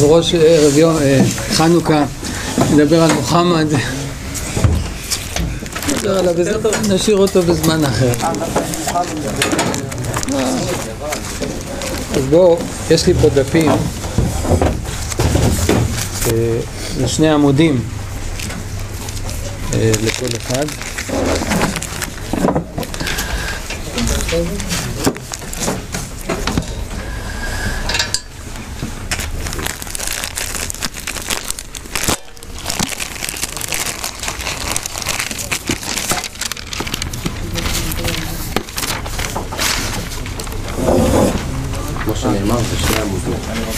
בראש ערב יום חנוכה, נדבר על מוחמד, נשאיר אותו בזמן אחר. אז בואו, יש לי פה דפים, זה 2 עמודים לכל אחד. שנאמר זה 2 עמודים.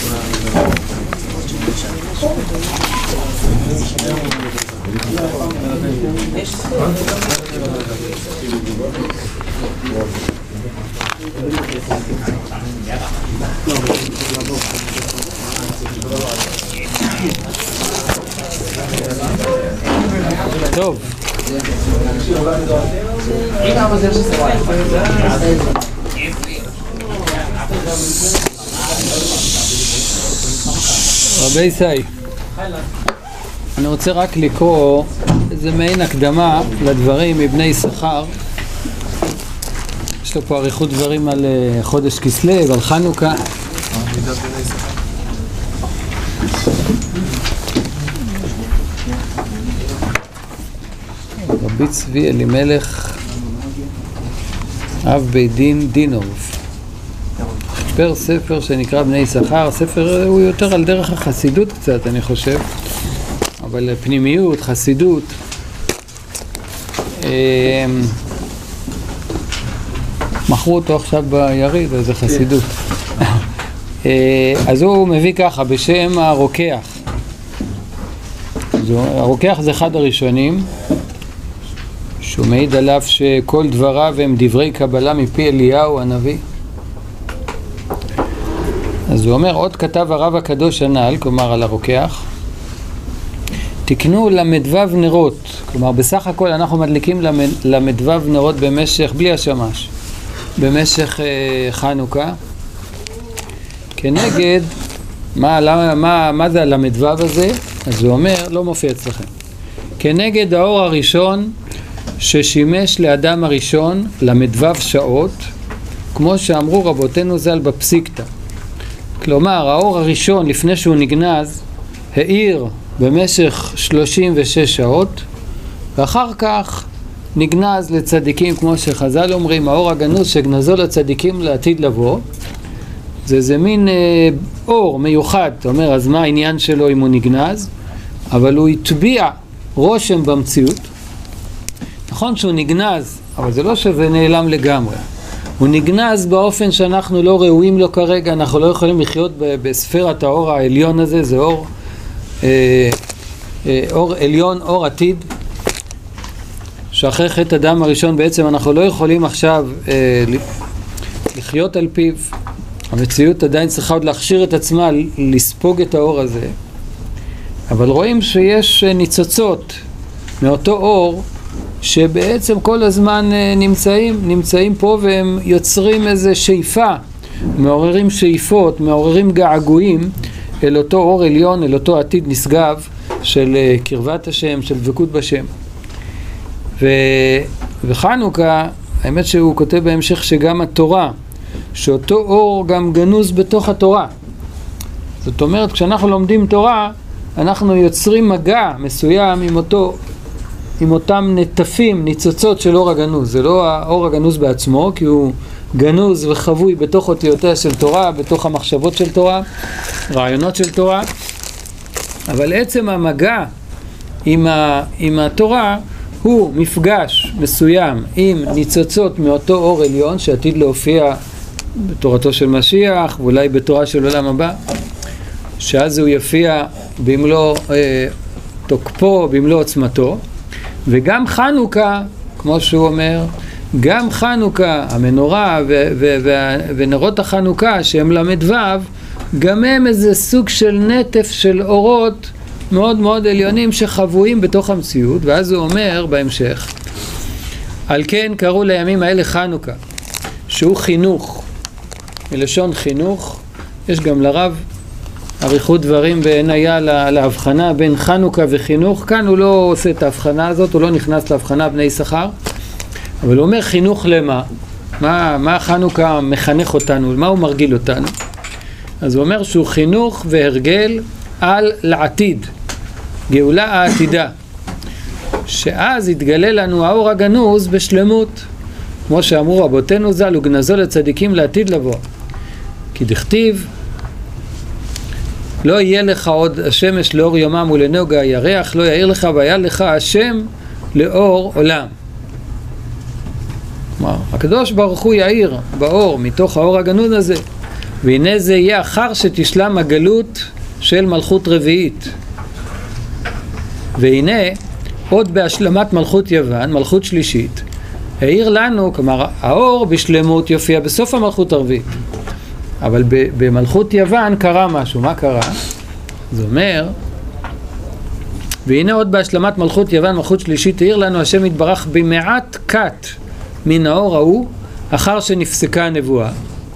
טוב. רבי סי, אני רוצה רק לקרוא איזה מעין הקדמה לדברים מבני יששכר. יש לו פה אריכות דברים על חודש כסלו, על חנוכה. רבי צבי אלימלך אב בית דין דינוב חיבר ספר שנקרא בני יששכר. הספר הוא יותר על דרך החסידות קצת, אני חושב, אבל פנימיות, חסידות. מכרו אותו עכשיו ביריד, אז זה חסידות. אז הוא מביא ככה, בשם הרוקח. הרוקח זה אחד הראשונים, שהוא מעיד עליו שכל דבריו הם דברי קבלה מפי אליהו הנביא. אז הוא אומר, עוד כתב הרב הקדוש הנ"ל, כלומר על הרוקח, תקנו למדבב נרות, כלומר בסך הכל אנחנו מדליקים למדבב נרות במשך, בלי השמש, במשך חנוכה, כנגד, מה זה למדבב הזה? אז הוא אומר, לא מופיע אצלכם, כנגד האור הראשון ששימש לאדם הראשון למדבב שעות, כמו שאמרו רבותינו ז"ל בפסיקתא. כלומר, האור הראשון לפני שהוא נגנז, האיר במשך 36 שעות, ואחר כך נגנז לצדיקים, כמו שחז"ל אומרים, האור הגנוז שגנזו לצדיקים לעתיד לבוא. זה מין אור מיוחד, אתה אומר, אז מה העניין שלו אם הוא נגנז? אבל הוא יטביע רושם במציאות. נכון שהוא נגנז, אבל זה לא שזה נעלם לגמרי. הוא נגנז באופן שאנחנו לא ראויים לו כרגע, אנחנו לא יכולים לחיות בספירת האור העליון הזה, זה אור עליון, אור עתיד, שאחרי חטא אדם הראשון בעצם אנחנו לא יכולים עכשיו לחיות על פיו. המציאות עדיין צריכה עוד להכשיר את עצמה, לספוג את האור הזה. אבל רואים שיש ניצוצות מאותו אור, שבעצם כל הזמן נמצאים פה והם יוצרים איזו שאיפה, מעוררים שאיפות, מעוררים געגועים אל אותו אור עליון, אל אותו עתיד נשגב של קרבת השם, של דבקות בשם. וחנוכה, האמת שהוא כותב בהמשך שגם התורה, שאותו אור גם גנוז בתוך התורה. זאת אומרת, כשאנחנו לומדים תורה, אנחנו יוצרים מגע מסוים עם אותם נטפים, ניצוצות של אור הגנוז. זה לא האור הגנוז בעצמו, כי הוא גנוז וחבוי בתוך אותיותיה של תורה, בתוך המחשבות של תורה, רעיונות של תורה. אבל עצם המגע עם התורה הוא מפגש מסוים עם ניצוצות מאותו אור עליון שעתיד להופיע בתורתו של משיח, ואולי בתורה של עולם הבא, שאז הוא יופיע במלוא תוקפו, במלוא עוצמתו. וגם חנוכה, כמו שהוא אומר, גם חנוכה, המנורה ונרות החנוכה שהם למדבב, גם הם איזה סוג של נטף של אורות מאוד מאוד עליונים שחבויים בתוך המציאות. ואז הוא אומר בהמשך, על כן קראו לימים האלה חנוכה, שהוא חינוך, מלשון חינוך. יש גם לרב אריכות דברים בעין היה להבחנה בין חנוכה וחינוך. כאן הוא לא עושה את ההבחנה הזאת, הוא לא נכנס להבחנה בני שכר, אבל הוא אומר חינוך למה? מה חנוכה מחנך אותנו? מה הוא מרגיל אותנו? אז הוא אומר שהוא חינוך והרגל על לעתיד, גאולה העתידה, שאז יתגלה לנו האור הגנוז בשלמות, כמו שאמרו רבותינו ז"ל, וגנזו לצדיקים לעתיד לבוא, כי דכתיב לא יהיה לך עוד השמש לאור יומם ולנגה הירח, לא יאיר לך והיה לך השם לאור עולם. כלומר, הקדוש ברוך הוא יאיר באור מתוך האור הגנוז הזה, והנה זה יהיה אחר שתשלם הגלות של מלכות רביעית. והנה עוד בהשלמת מלכות יוון, מלכות שלישית, העיר לנו, כלומר האור בשלמות יופיע בסוף המלכות הרביעית, אבל במלכות יוון קרה משהו. מה קרה? זה אומר, והנה עוד בהשלמת מלכות יוון, מלכות שלישית, העיר לנו השם יתברך במעט קט מן האור ההוא, אחר שנפסקה הנבואה,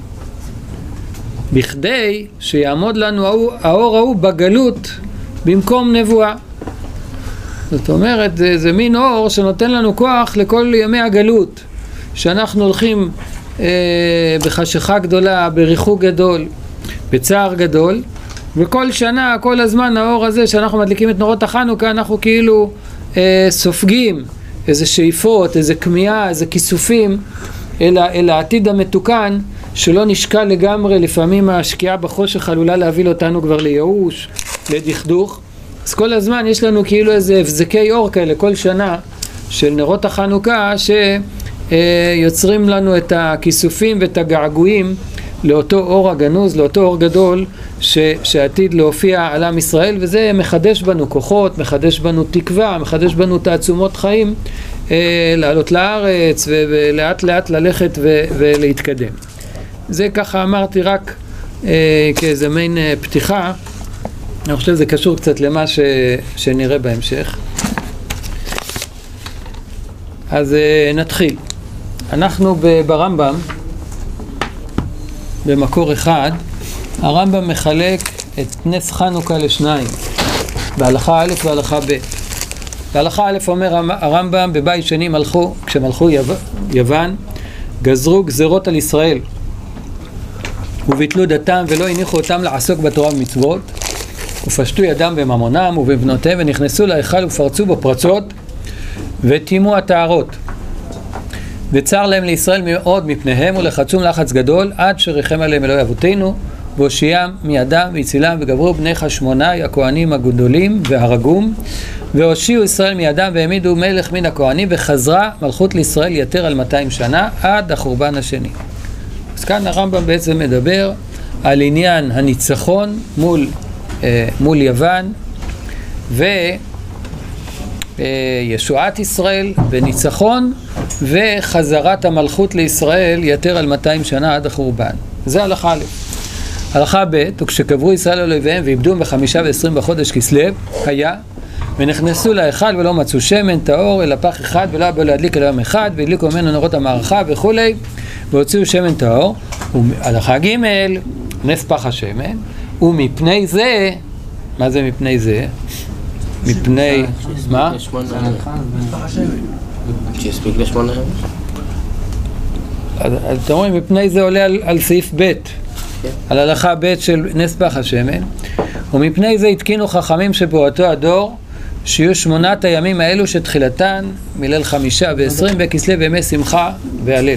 בכדי שיעמוד לנו האור ההוא בגלות במקום נבואה. זאת אומרת, זה מין אור שנותן לנו כוח לכל ימי הגלות, שאנחנו הולכים בחשיכה גדולה, בריחוק גדול, בצער גדול, וכל שנה, כל הזמן האור הזה שאנחנו מדליקים את נורות החנוכה, אנחנו כאילו סופגים איזה שאיפות, איזה כמיהה, איזה כיסופים אל העתיד המתוקן, שלא נשקע לגמרי. לפעמים השקיעה בחושך עלולה להביא אותנו כבר לייאוש, לדכדוך. אז כל הזמן יש לנו כאילו איזה הבזקי אור כאלה כל שנה של נרות החנוכה שיוצרים לנו את הכיסופים ואת הגעגועים לאותו אור הגנוז, לאותו אור גדול שעתיד להופיע על עם ישראל, וזה מחדש בנו כוחות, מחדש בנו תקווה, מחדש בנו תעצומות חיים לעלות לארץ ולאט לאט ללכת ולהתקדם. זה ככה אמרתי רק כאיזה מין פתיחה. אני חושב שזה קשור קצת למה שנראה בהמשך. אז נתחיל. אנחנו ברמב"ם, במקור אחד, הרמב"ם מחלק את נס חנוכה לשניים, בהלכה א' והלכה ב'. בהלכה א' אומר הרמב"ם, בבית שני כשמלכו יוון, גזרו גזרות על ישראל, וביטלו דתם ולא הניחו אותם לעסוק בתורה ומצוות, ופשטו ידם בממונם ובבנותיהם, ונכנסו להיכל ופרצו בו פרצות וטימו הטהרות, וצר להם לישראל מאוד מפניהם, ולחצום לחץ גדול עד שריחם עליהם אלוהי אבותינו והושיעם מידם והצילם, וגברו בני חשמונאי הכהנים הגדולים והרגום, והושיעו ישראל מידם והעמידו מלך מן הכהנים, וחזרה מלכות לישראל יתר על 200 שנה עד החורבן השני. אז כאן הרמב"ם בעצם מדבר על עניין הניצחון מול יוון וישועת ישראל בניצחון, וחזרת המלכות לישראל יתר על 200 שנה עד החורבן. זה הלכה א'. הלכה ב', וכשקברו ישראל על אויביהם ואיבדום ב5 ו20 בחודש כסלו היה, ונכנסו להיכל ולא מצאו שמן טהור אלא פח אחד, ולא היה בו להדליק אלא יום אחד, והדליקו ממנו נרות המערכה וכולי, והוציאו שמן טהור. הלכה ג', נס פח השמן, ומפני זה, מה זה מפני זה? מפני, מה? שיספיק לשמונה ימים. אז אתם רואים, מפני זה עולה על סעיף ב', על הלכה ב' של נס פח השמן. ומפני זה התקינו חכמים שבאותו הדור שיהיו 8 הימים האלו שתחילתן מליל 5 ו20 בכסלו וימי שמחה והלל.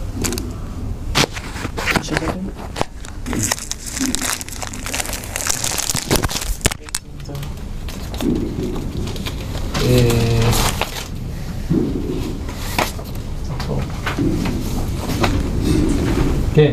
כן.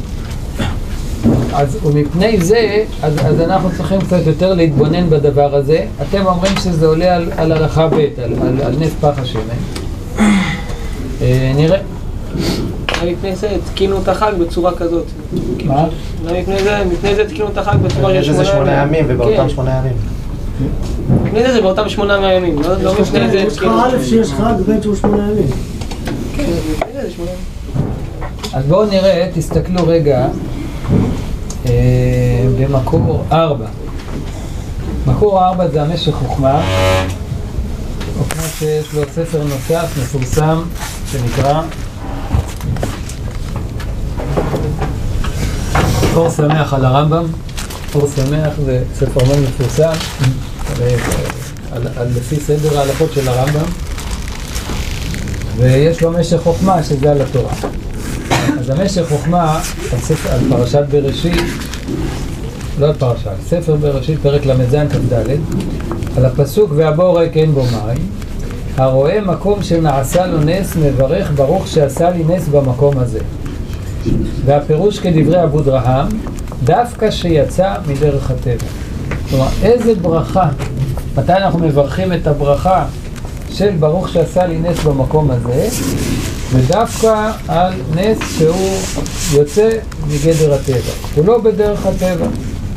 אז ומפני זה, אז אנחנו צריכים קצת יותר להתבונן בדבר הזה. אתם אומרים שזה עולה על הלכה ב', על נס פח השמן. נראה. מפני זה התקינו את החג בצורה כזאת. מה? מפני זה התקינו את החג בצורה יש איזה 8 ימים, ובאותם 8 ימים. מפני זה באותם 8 ימים, לא מפני זה יש לך א' שיש חג בין שהוא 8 ימים. כן, מפני זה 8 ימים. אז בואו נראה, תסתכלו רגע במקור 4. מקור 4 זה המשך חוכמה, או כמו שיש לו ספר נוסף מפורסם שנקרא אור שמח על הרמב"ם. אור שמח זה ספר מאוד מפורסם לפי סדר ההלכות של הרמב"ם, ויש לו משך חוכמה שזה על התורה. אז המשך חוכמה על פרשת בראשית, לא על פרשת, ספר בראשית פרק ל"ז כ"ד, על הפסוק והבורק אין בו מים, הרואה מקום שנעשה לו נס מברך ברוך שעשה לי נס במקום הזה. והפירוש כדברי אבו דרהם, דווקא שיצא מדרך הטבע. כלומר, איזה ברכה, מתי אנחנו מברכים את הברכה של ברוך שעשה לי נס במקום הזה, ודווקא על נס שהוא יוצא מגדר הטבע, הוא לא בדרך הטבע.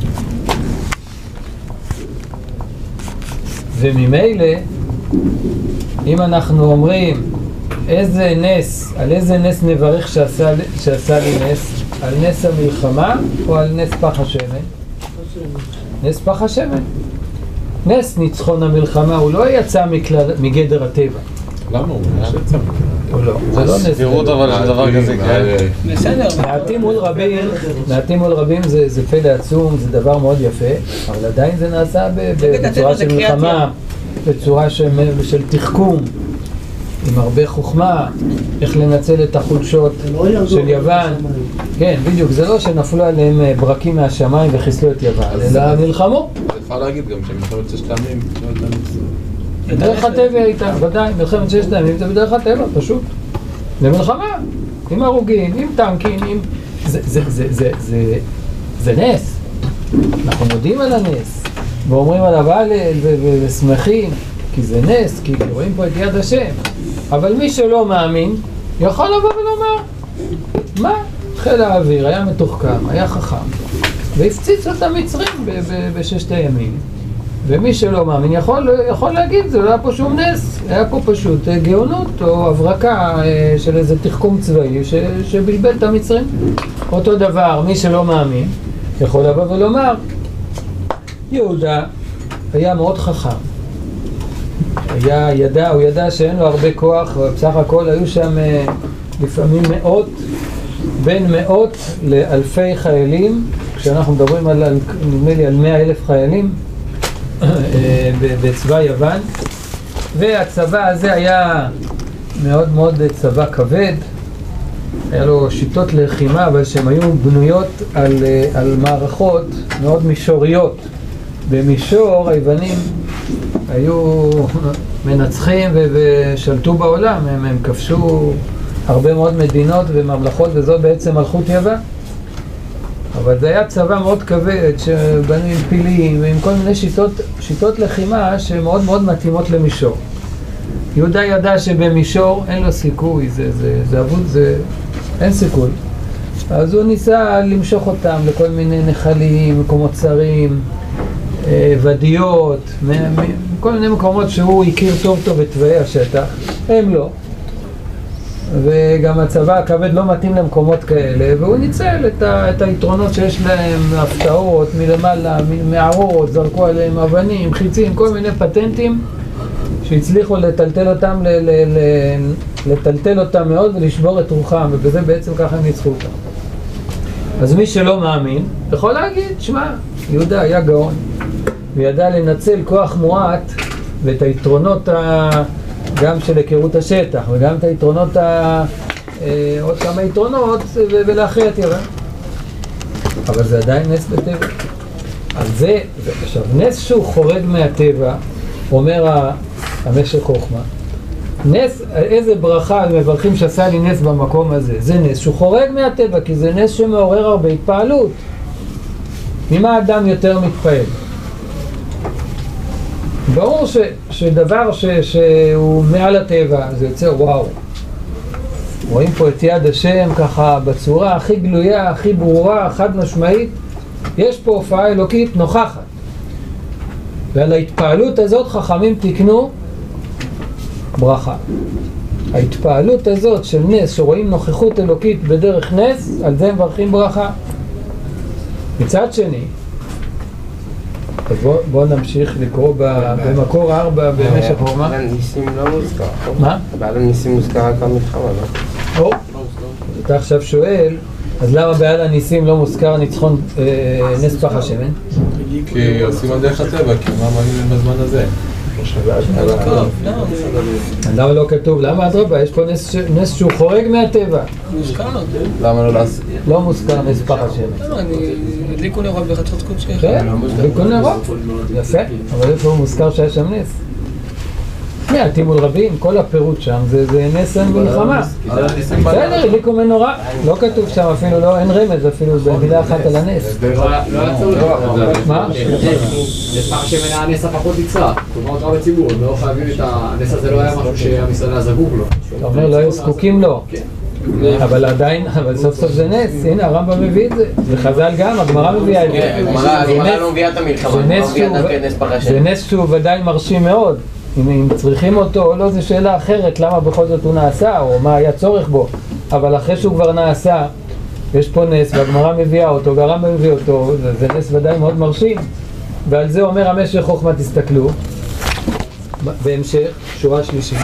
וממילא, אם אנחנו אומרים איזה נס, על איזה נס נברך שעשה לי נס, על נס המלחמה או על נס פח השמן? נס פח השמן. נס ניצחון המלחמה, הוא לא יצא מגדר הטבע. למה הוא? שיצא. הוא לא, זה לא נס. תראו אבל שדבר כזה כאלה. בסדר. מעטים מול רבים זה פלא עצום, זה דבר מאוד יפה, אבל עדיין זה נעשה בצורה של מלחמה, בצורה של תחכום, עם הרבה חוכמה, איך לנצל את החולשות של יוון. כן, בדיוק, זה לא שנפלו עליהם ברקים מהשמיים וחיסלו את יוון, אלא נלחמו. אפשר להגיד גם שמלחמת ששת הימים לא הייתה נפסה. בדרך הטבע הייתה, ודאי, מלחמת ששת הימים זה בדרך הטבע, פשוט. זה מלחמה, עם הרוגים, עם טנקים, עם... זה נס. אנחנו מודים על הנס, ואומרים עליו הלל ושמחים, כי זה נס, כי רואים פה את יד השם. אבל מי שלא מאמין, יכול לבוא ולומר, מה? חיל האוויר היה מתוחכם, היה חכם, והפציץ את המצרים בששת הימים. ומי שלא מאמין יכול להגיד, זה לא היה פה שום נס, היה פה פשוט גאונות או הברקה של איזה תחכום צבאי שבלבל את המצרים. אותו דבר, מי שלא מאמין, יכול לבוא ולומר, יהודה היה מאוד חכם. הוא ידע שאין לו הרבה כוח, ובסך הכל היו שם לפעמים בין מאות לאלפי חיילים, כשאנחנו מדברים נדמה לי על 100,000 חיילים בצבא יוון, והצבא הזה היה מאוד מאוד צבא כבד, היה לו שיטות לחימה, אבל שהן היו בנויות על מערכות מאוד מישוריות. במישור היוונים היו מנצחים ושלטו בעולם, הם כבשו הרבה מאוד מדינות וממלכות, וזאת בעצם מלכות יוון. אבל זה היה צבא מאוד כבד, שבנו עם פילים ועם כל מיני שיטות לחימה שמאוד מאוד מתאימות למישור. יהודה ידע שבמישור אין לו סיכוי, זה אבוד, אין סיכוי. אז הוא ניסה למשוך אותם לכל מיני נחלים, מקומות צרים, ודיות, כל מיני מקומות שהוא הכיר טוב טוב את תוואי השטח, הם לא. וגם הצבא הכבד לא מתאים למקומות כאלה, והוא ניצל את היתרונות שיש להם, הפתעות מלמעלה, מערות, זרקו עליהם אבנים, חיצים, כל מיני פטנטים שהצליחו לטלטל אותם מאוד ולשבור את רוחם, ובזה בעצם ככה הם ניצחו אותם. אז מי שלא מאמין יכול להגיד, שמע, יהודה היה גאון, וידע לנצל כוח מועט ואת היתרונות גם של היכרות השטח, וגם את היתרונות, עוד כמה יתרונות, ולהכריע את יוון. אבל זה עדיין נס בטבע. אז זה, עכשיו, נס שהוא חורג מהטבע, אומר המשך חוכמה. נס, איזה ברכה מברכים שעשה לי נס במקום הזה? זה נס שהוא חורג מהטבע, כי זה נס שמעורר הרבה התפעלות. ממה האדם יותר מתפעל? ברור שדבר שהוא מעל הטבע, זה יוצא וואו. רואים פה את יד השם ככה בצורה הכי גלויה, הכי ברורה, חד משמעית. יש פה הופעה אלוקית נוכחת. ועל ההתפעלות הזאת חכמים תקנו ברכה. ההתפעלות הזאת של נס, שרואים נוכחות אלוקית בדרך נס, על זה מברכים ברכה. מצד שני, אז בואו נמשיך לקרוא במקור 4 במשך חוכמה. בעל הניסים לא מוזכר. מה? בעל הניסים מוזכר רק במלחמה, לא? אתה עכשיו שואל, אז למה בעל הניסים לא מוזכר ניצחון נס פח השמן? כי עושים על דרך הטבע, כי מה מעניין בזמן הזה? למה לא כתוב? למה אדרבה? יש פה נס שהוא חורג מהטבע. למה לא לעשות? לא מוזכר נס פח השמן. הדליקו נרות בחצות קודשי. כן, הדליקו נרות. יפה, אבל איפה הוא מוזכר שהיה שם נס? מעטים מול רבים, כל הפירוט שם זה נס אין מלחמה. בסדר, הדליקו מנורה. לא כתוב שם אפילו, לא, אין רמז אפילו במילה אחת על הנס. לא יצאו לך. מה? נס פח השמן היה הנס הפחות נצרך. כלומר אותך בציבור, הם לא חייבים את הנס הזה, לא היה משהו שהמשרד היה זקוק לו. אתה אומר, לא היו זקוקים לו. אבל עדיין, אבל סוף סוף זה נס, הנה הרמב"ם מביא את זה, וחז"ל גם, הגמרא מביאה את זה. הגמרא לא מביאה את המלחמה, זה נס שהוא ודאי מרשים מאוד, אם צריכים אותו או לא, זו שאלה אחרת, למה בכל זאת הוא נעשה, או מה היה צורך בו, אבל אחרי שהוא כבר נעשה, יש פה נס, והגמרא מביאה אותו, והרמב"ם מביא אותו, זה נס ודאי מאוד מרשים, ועל זה אומר המשך חוכמה, תסתכלו, בהמשך, שורה שלישית,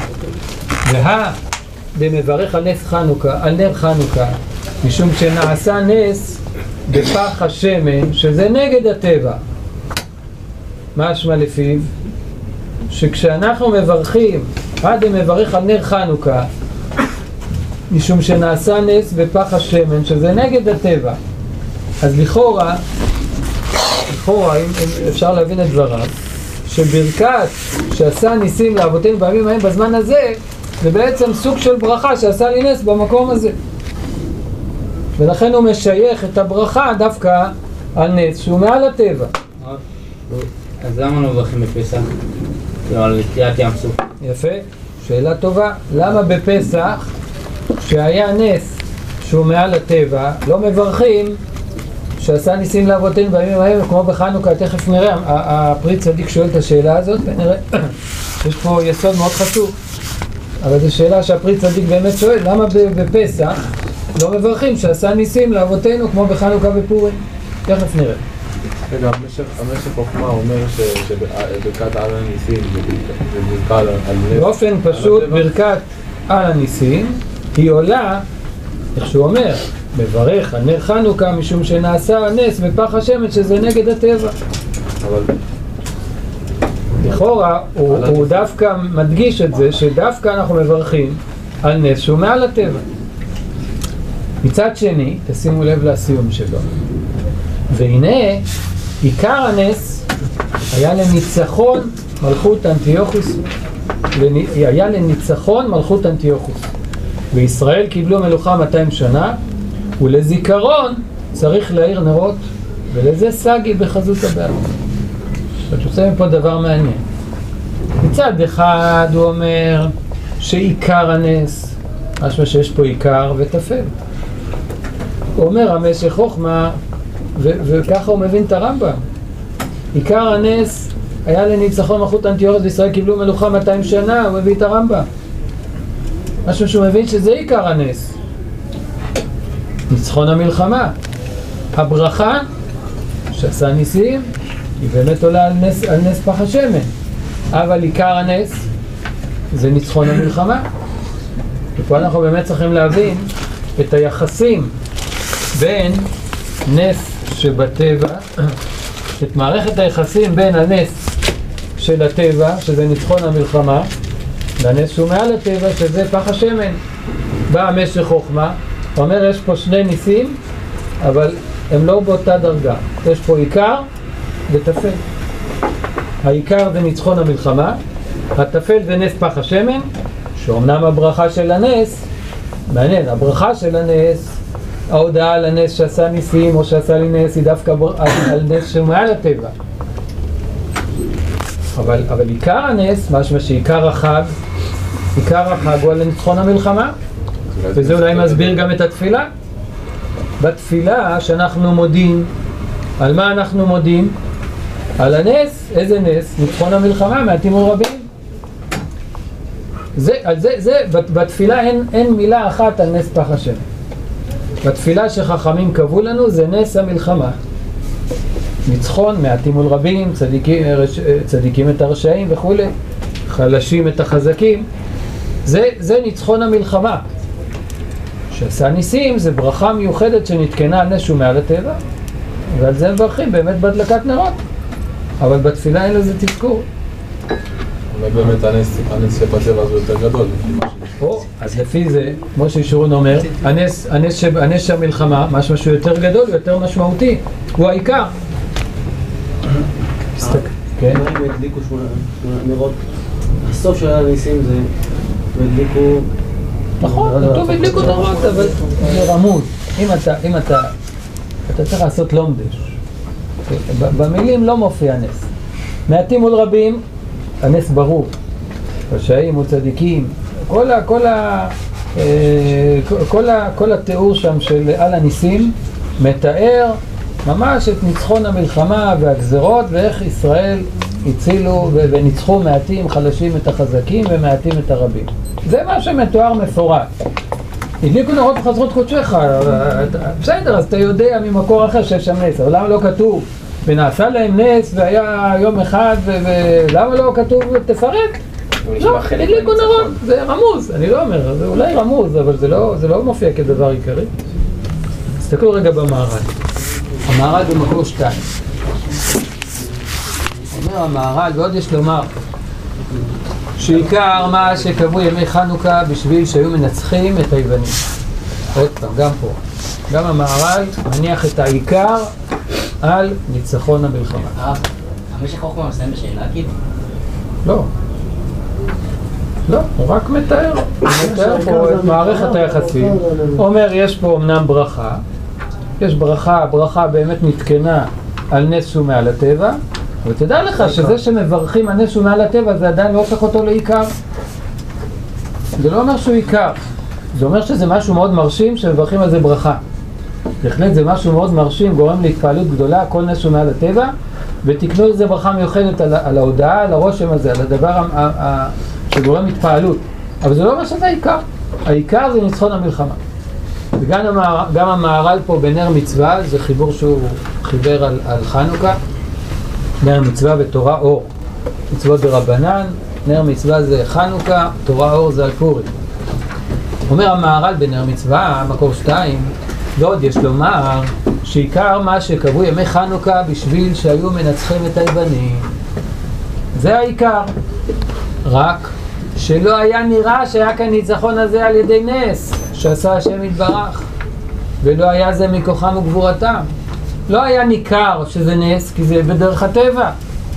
ומברך על נס חנוכה, על נר חנוכה, משום שנעשה נס בפח השמן, שזה נגד הטבע. משמע לפיו, שכשאנחנו מברכים, מברך על נר חנוכה, משום שנעשה נס בפח השמן, שזה נגד הטבע. אז לכאורה, אם אפשר להבין את דבריו, שברכת שעשה ניסים לאבותינו בימים ההם בזמן הזה, זה בעצם סוג של ברכה שעשה לי נס במקום הזה. ולכן הוא משייך את הברכה דווקא על נס שהוא מעל הטבע. אז למה לא מברכים בפסח? על קריאת ים סוף. יפה, שאלה טובה. למה בפסח, כשהיה נס שהוא מעל הטבע, לא מברכים שעשה ניסים לאבותינו בימים ההם, כמו בחנוכה? תכף נראה, הפרי צדיק שואל את השאלה הזאת, ונראה, יש פה יסוד מאוד חשוב. אבל זו שאלה שהפרי צדיק באמת שואל, למה בפסח לא מברכים שעשה ניסים לאבותינו כמו בחנוכה ופורים? תכף נראה. רגע, המשך חוכמה אומר שברכת על הניסים זה מוזכר על נס. באופן פשוט ברכת על הניסים היא עולה, איך שהוא אומר, מברך על נר חנוכה משום שנעשה נס בפח השמן שזה נגד הטבע. אבל לכאורה הוא דווקא מדגיש את זה שדווקא אנחנו מברכים על נס שהוא מעל הטבע. מצד שני, תשימו לב לסיום שלו, והנה עיקר הנס היה לניצחון מלכות אנטיוכוס, היה לניצחון מלכות אנטיוכוס, וישראל קיבלו מלוכה 200 שנה, ולזיכרון צריך להאיר נרות, ולזה סגי בחזות הבעל. אתה עושה מפה דבר מעניין. מצד אחד הוא אומר שעיקר הנס, משהו שיש פה עיקר וטפל. הוא אומר המשך חוכמה, וככה הוא מבין את הרמב"ם. עיקר הנס היה לניצחון מלכות אנטיוכוס וישראל קיבלו מלוכה 200 שנה, הוא מביא את הרמב"ם. משהו שהוא מבין שזה עיקר הנס. ניצחון המלחמה. הברכה שעשה ניסים היא באמת עולה על נס פח השמן. אבל עיקר הנס זה ניצחון המלחמה. ופה אנחנו באמת צריכים להבין את היחסים בין נס שבטבע, את מערכת היחסים בין הנס של הטבע, שזה ניצחון המלחמה, והנס שהוא מעל הטבע, שזה פח השמן. בא המשך חוכמה, הוא אומר יש פה שני ניסים, אבל הם לא באותה דרגה. יש פה עיקר וטפל. העיקר זה ניצחון המלחמה, הטפל זה נס פח השמן, שאומנם הברכה של הנס, מעניין, הברכה של הנס, ההודעה על הנס שעשה ניסים או שעשה לי נס היא דווקא על נס שמעל הטבע. אבל עיקר הנס, משמע שעיקר החג הוא על ניצחון המלחמה, וזה אולי מסביר גם את התפילה. בתפילה שאנחנו מודים, על מה אנחנו מודים? על הנס. איזה נס? ניצחון המלחמה, מעטים רבים. בתפילה אין מילה אחת על נס פח השמן. בתפילה שחכמים קבעו לנו זה נס המלחמה. ניצחון, מעטים מול רבים, צדיקים את הרשעים וכו', חלשים את החזקים. זה ניצחון המלחמה. שעשה ניסים זה ברכה מיוחדת שנתקנה על נס שהוא מעל הטבע, ועל זה מברכים באמת בהדלקת נרות. אבל בתפילה אין לזה תזכור. אולי באמת הנס שבטבע הזה יותר גדול. אז לפי זה, כמו שישורון אומר, הנס שהמלחמה, משהו שהוא יותר גדול, יותר משמעותי, הוא העיקר. כן? מה אם הדליקו שמונה נרות? הסוף של הניסים זה הדליקו... נכון, כתוב הדליקו נרות, אבל זה רמוז. אם אתה צריך לעשות לומדש, במילים לא מופיע נס. מעטים מול רבים, הנס ברור. רשעים וצדיקים, כל התיאור שם של על הניסים מתאר ממש את ניצחון המלחמה והגזרות ואיך ישראל הצילו וניצחו מעטים חלשים את החזקים ומעטים את הרבים. זה מה שמתואר מפורט. הדליקו נרות בחצרות קודשך, בסדר, אז אתה יודע ממקור אחר שיש שם נס, אבל למה לא כתוב ונעשה להם נס והיה יום אחד ולמה לא כתוב תפרט? לא, הדליקו נרות, זה רמוז, אני לא אומר, זה אולי רמוז, אבל זה לא מופיע כדבר עיקרי. תסתכלו רגע במערד. המערד במקור 2. אומר המערד, ועוד יש לומר שעיקר מה שקבעו ימי חנוכה בשביל שהיו מנצחים את היוונים. עוד פעם, גם פה. גם המערד מניח את העיקר על ניצחון המלחמה. המשך חוכמה מסיים בשאלה כאילו? לא, הוא רק מתאר פה את מערכת היחסים. אומר, יש פה אמנם ברכה, יש ברכה באמת נתקנה על נס שהוא מעל הטבע, ותדע לך שזה שמברכים על נס שהוא מעל הטבע זה עדיין לא הופך אותו לעיקר. זה לא אומר שהוא עיקר, זה אומר שזה משהו מאוד מרשים שמברכים על זה ברכה. בהחלט זה משהו מאוד מרשים, גורם להתפעלות גדולה, כל נס שהוא מעל הטבע, ותקנו לזה ברכה מיוחדת על ההודעה, על הרושם הזה, על הדבר שגורם התפעלות. אבל זה לא אומר שזה העיקר. העיקר זה ניצחון המלחמה. וגם המהר"ל פה בנר מצווה, זה חיבור שהוא חיבר על חנוכה. נר מצווה ותורה אור. מצוות דרבנן, נר מצווה זה חנוכה, תורה אור זה על פורים. אומר המהר"ל בנר מצווה, מקור 2, ועוד יש לומר שעיקר מה שקבעו ימי חנוכה בשביל שהיו מנצחים את היוונים. זה העיקר. רק שלא היה נראה שהיה כאן ניצחון הזה על ידי נס שעשה השם יתברך, ולא היה זה מכוחם וגבורתם. לא היה ניכר שזה נס כי זה בדרך הטבע.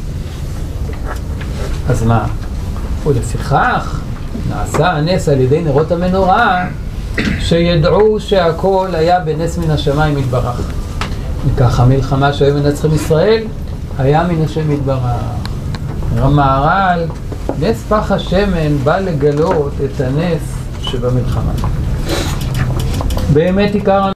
אז מה? ולפיכך נעשה הנס על ידי נרות המנורה שידעו שהכל היה בנס מן השמיים יתברך. וכך המלחמה שהיו מנצחים ישראל היה מן השם יתברך. המהר"ל, נס פח השמן בא לגלות את הנס שבמלחמה. באמת עיקר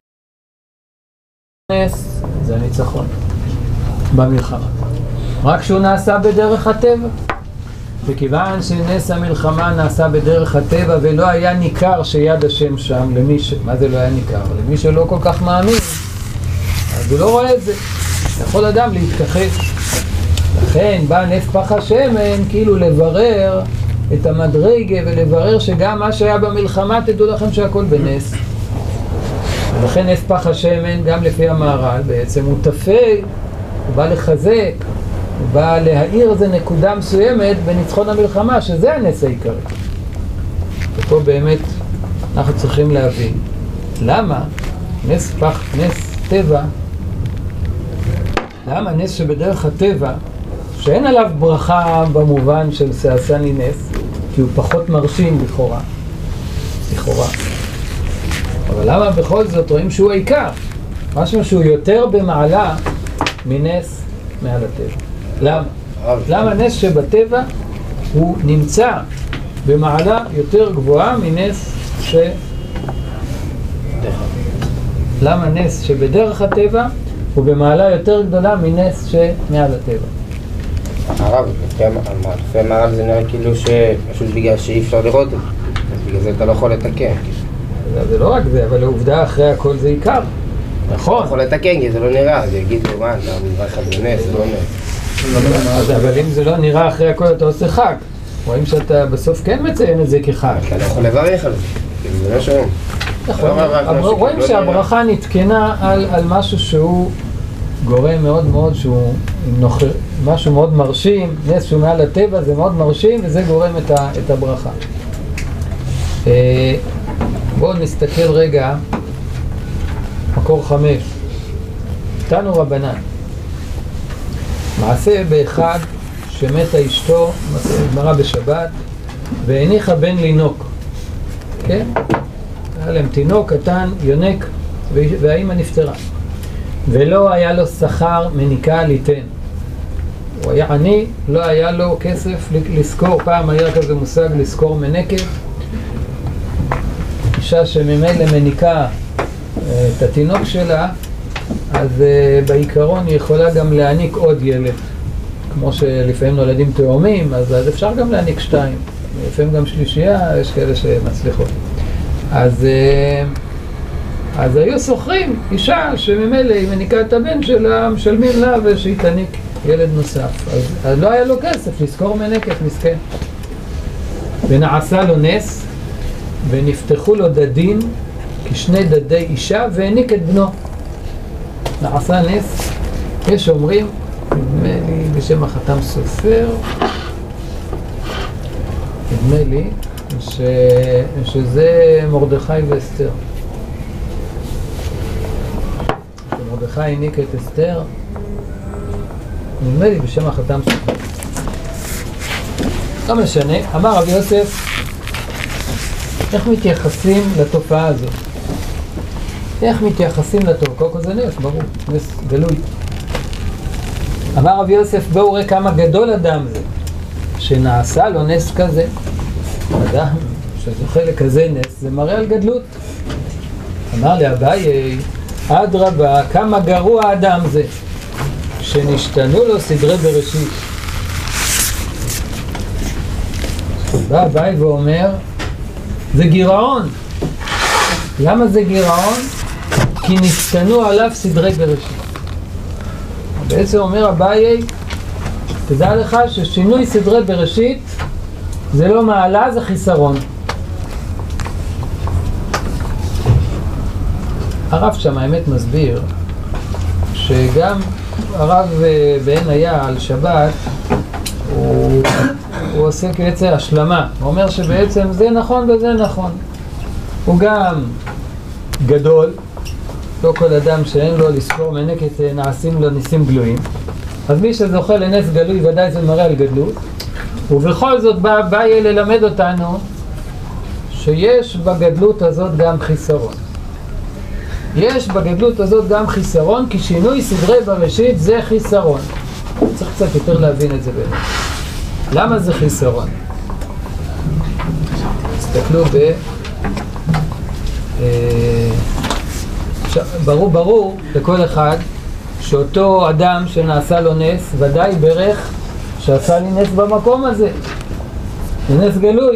הנס זה הניצחון במלחמה. רק שהוא נעשה בדרך הטבע. וכיוון שנס המלחמה נעשה בדרך הטבע ולא היה ניכר שיד השם שם, מה זה לא היה ניכר? למי שלא כל כך מאמין, אז הוא לא רואה את זה. יכול אדם להתכחש. לכן בא נס פח השמן כאילו לברר את המדרגה ולברר שגם מה שהיה במלחמה תדעו לכם שהכל בנס. ולכן נס פח השמן גם לפי המהר"ל בעצם הוא תפל, הוא בא לחזק, הוא בא להאיר איזה נקודה מסוימת בניצחון המלחמה שזה הנס העיקרי. ופה באמת אנחנו צריכים להבין למה נס טבע, למה נס שבדרך הטבע שאין עליו ברכה במובן של שעשני נס, כי הוא פחות מרשים לכאורה. אבל למה בכל זאת רואים שהוא העיקר? משהו שהוא יותר במעלה מנס מעל הטבע. למה? למה נס שבטבע הוא נמצא במעלה יותר גבוהה מנס למה נס שבדרך הטבע הוא במעלה יותר גדולה מנס שמעל הטבע? הרב, לפי המהר"ל זה נראה כאילו שפשוט בגלל שאי אפשר לראות את זה, אז בגלל זה אתה לא יכול לתקן. זה לא רק זה, אבל העובדה אחרי הכל זה עיקר. נכון. יכול לתקן, כי זה לא נראה, אז יגיד לו, מה, אתה מברך על זה נס, זה לא נס. אבל אם זה לא נראה אחרי הכל אתה עושה חג. רואים שאתה בסוף כן מציין את זה כחג. אתה לא יכול לברך על זה, זה לא שום. רואים שהברכה נתקנה על משהו שהוא גורם מאוד מאוד, שהוא משהו מאוד מרשים, נס שהוא מעל הטבע זה מאוד מרשים וזה גורם את הברכה. בואו נסתכל רגע, מקור 5, תנו רבנן, מעשה באחד שמתה אשתו, גמרא בשבת, והניחה בן לינוק, כן? היה להם תינוק קטן, יונק, והאמא נפטרה. ולא היה לו שכר מניקה ליתן. הוא היה עני, לא היה לו כסף לזכור, פעם היה כזה מושג לזכור מנקת. אישה שממילא מניקה את התינוק שלה, אז בעיקרון היא יכולה גם להעניק עוד ילד. כמו שלפעמים נולדים תאומים, אז אפשר גם להעניק 2. לפעמים גם שלישייה, יש כאלה שמצליחות. אז היו שוכרים אישה שממילא היא מניקה את הבן שלה, משלמים לה ושהיא תניק ילד נוסף. אז לא היה לו כסף לזכור מנקת, מסכן. ונעשה לו נס, ונפתחו לו דדים, כשני דדי אישה, והניק את בנו. נעשה נס, יש אומרים, נדמה לי בשם החתם סופר, נדמה לי שזה מרדכי ואסתר. שמרדכי הניק את אסתר, נדמה לי בשם החתם סופר. לא משנה, אמר רבי יוסף, איך מתייחסים לתופעה הזאת? איך מתייחסים לתופעה? קודם כל זה נס, ברור, נס גלוי. אמר רבי יוסף, בואו ראה כמה גדול אדם זה, שנעשה לו נס כזה. אדם שזוכה לכזה נס, זה מראה על גדלות. אמר לי אביי, אדרבה, כמה גרוע אדם זה, שנשתנו לו סדרי בראשית. בא אביי ואומר, זה גירעון. למה זה גירעון? כי נשתנו עליו סדרי בראשית. בעצם אומר אביי, תדע לך ששינוי סדרי בראשית זה לא מעלה, זה חיסרון. הרב שם האמת מסביר שגם הרב בעין היה על שבת הוא עושה בעצם השלמה. הוא אומר שבעצם זה נכון וזה נכון. הוא גם גדול, לא כל אדם שאין לו לזכור מנקת נעשים לו ניסים גלויים. אז מי שזוכה לנס גלוי ודאי זה מראה על גדלות. ובכל זאת בא ללמד אותנו שיש בגדלות הזאת גם חיסרון. יש בגדלות הזאת גם חיסרון, כי שינוי סדרי בראשית זה חיסרון. צריך קצת יותר להבין את זה באמת. למה זה חיסרון? תסתכלו ברור לכל אחד שאותו אדם שנעשה לו נס ודאי ברך שעשה לי נס במקום הזה. זה נס גלוי.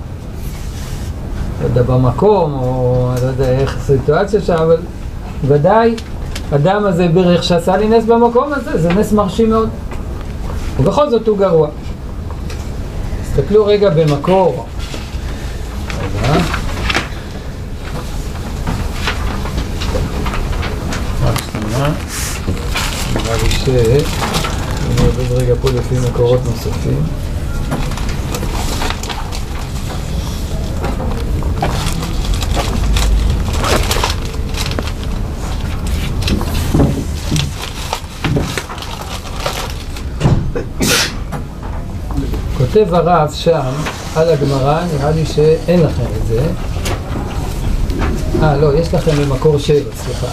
לא יודע במקום או לא יודע איך הסיטואציה שם, אבל ודאי אדם הזה ברך שעשה לי נס במקום הזה, זה נס מרשים מאוד. ובכל זאת הוא גרוע. תסתכלו רגע במקור. נראה לי אני עובד רגע פה לפי מקורות נוספים. כותב הרב שם על הגמרא, נראה לי שאין לכם את זה. לא, יש לכם במקור 7, סליחה.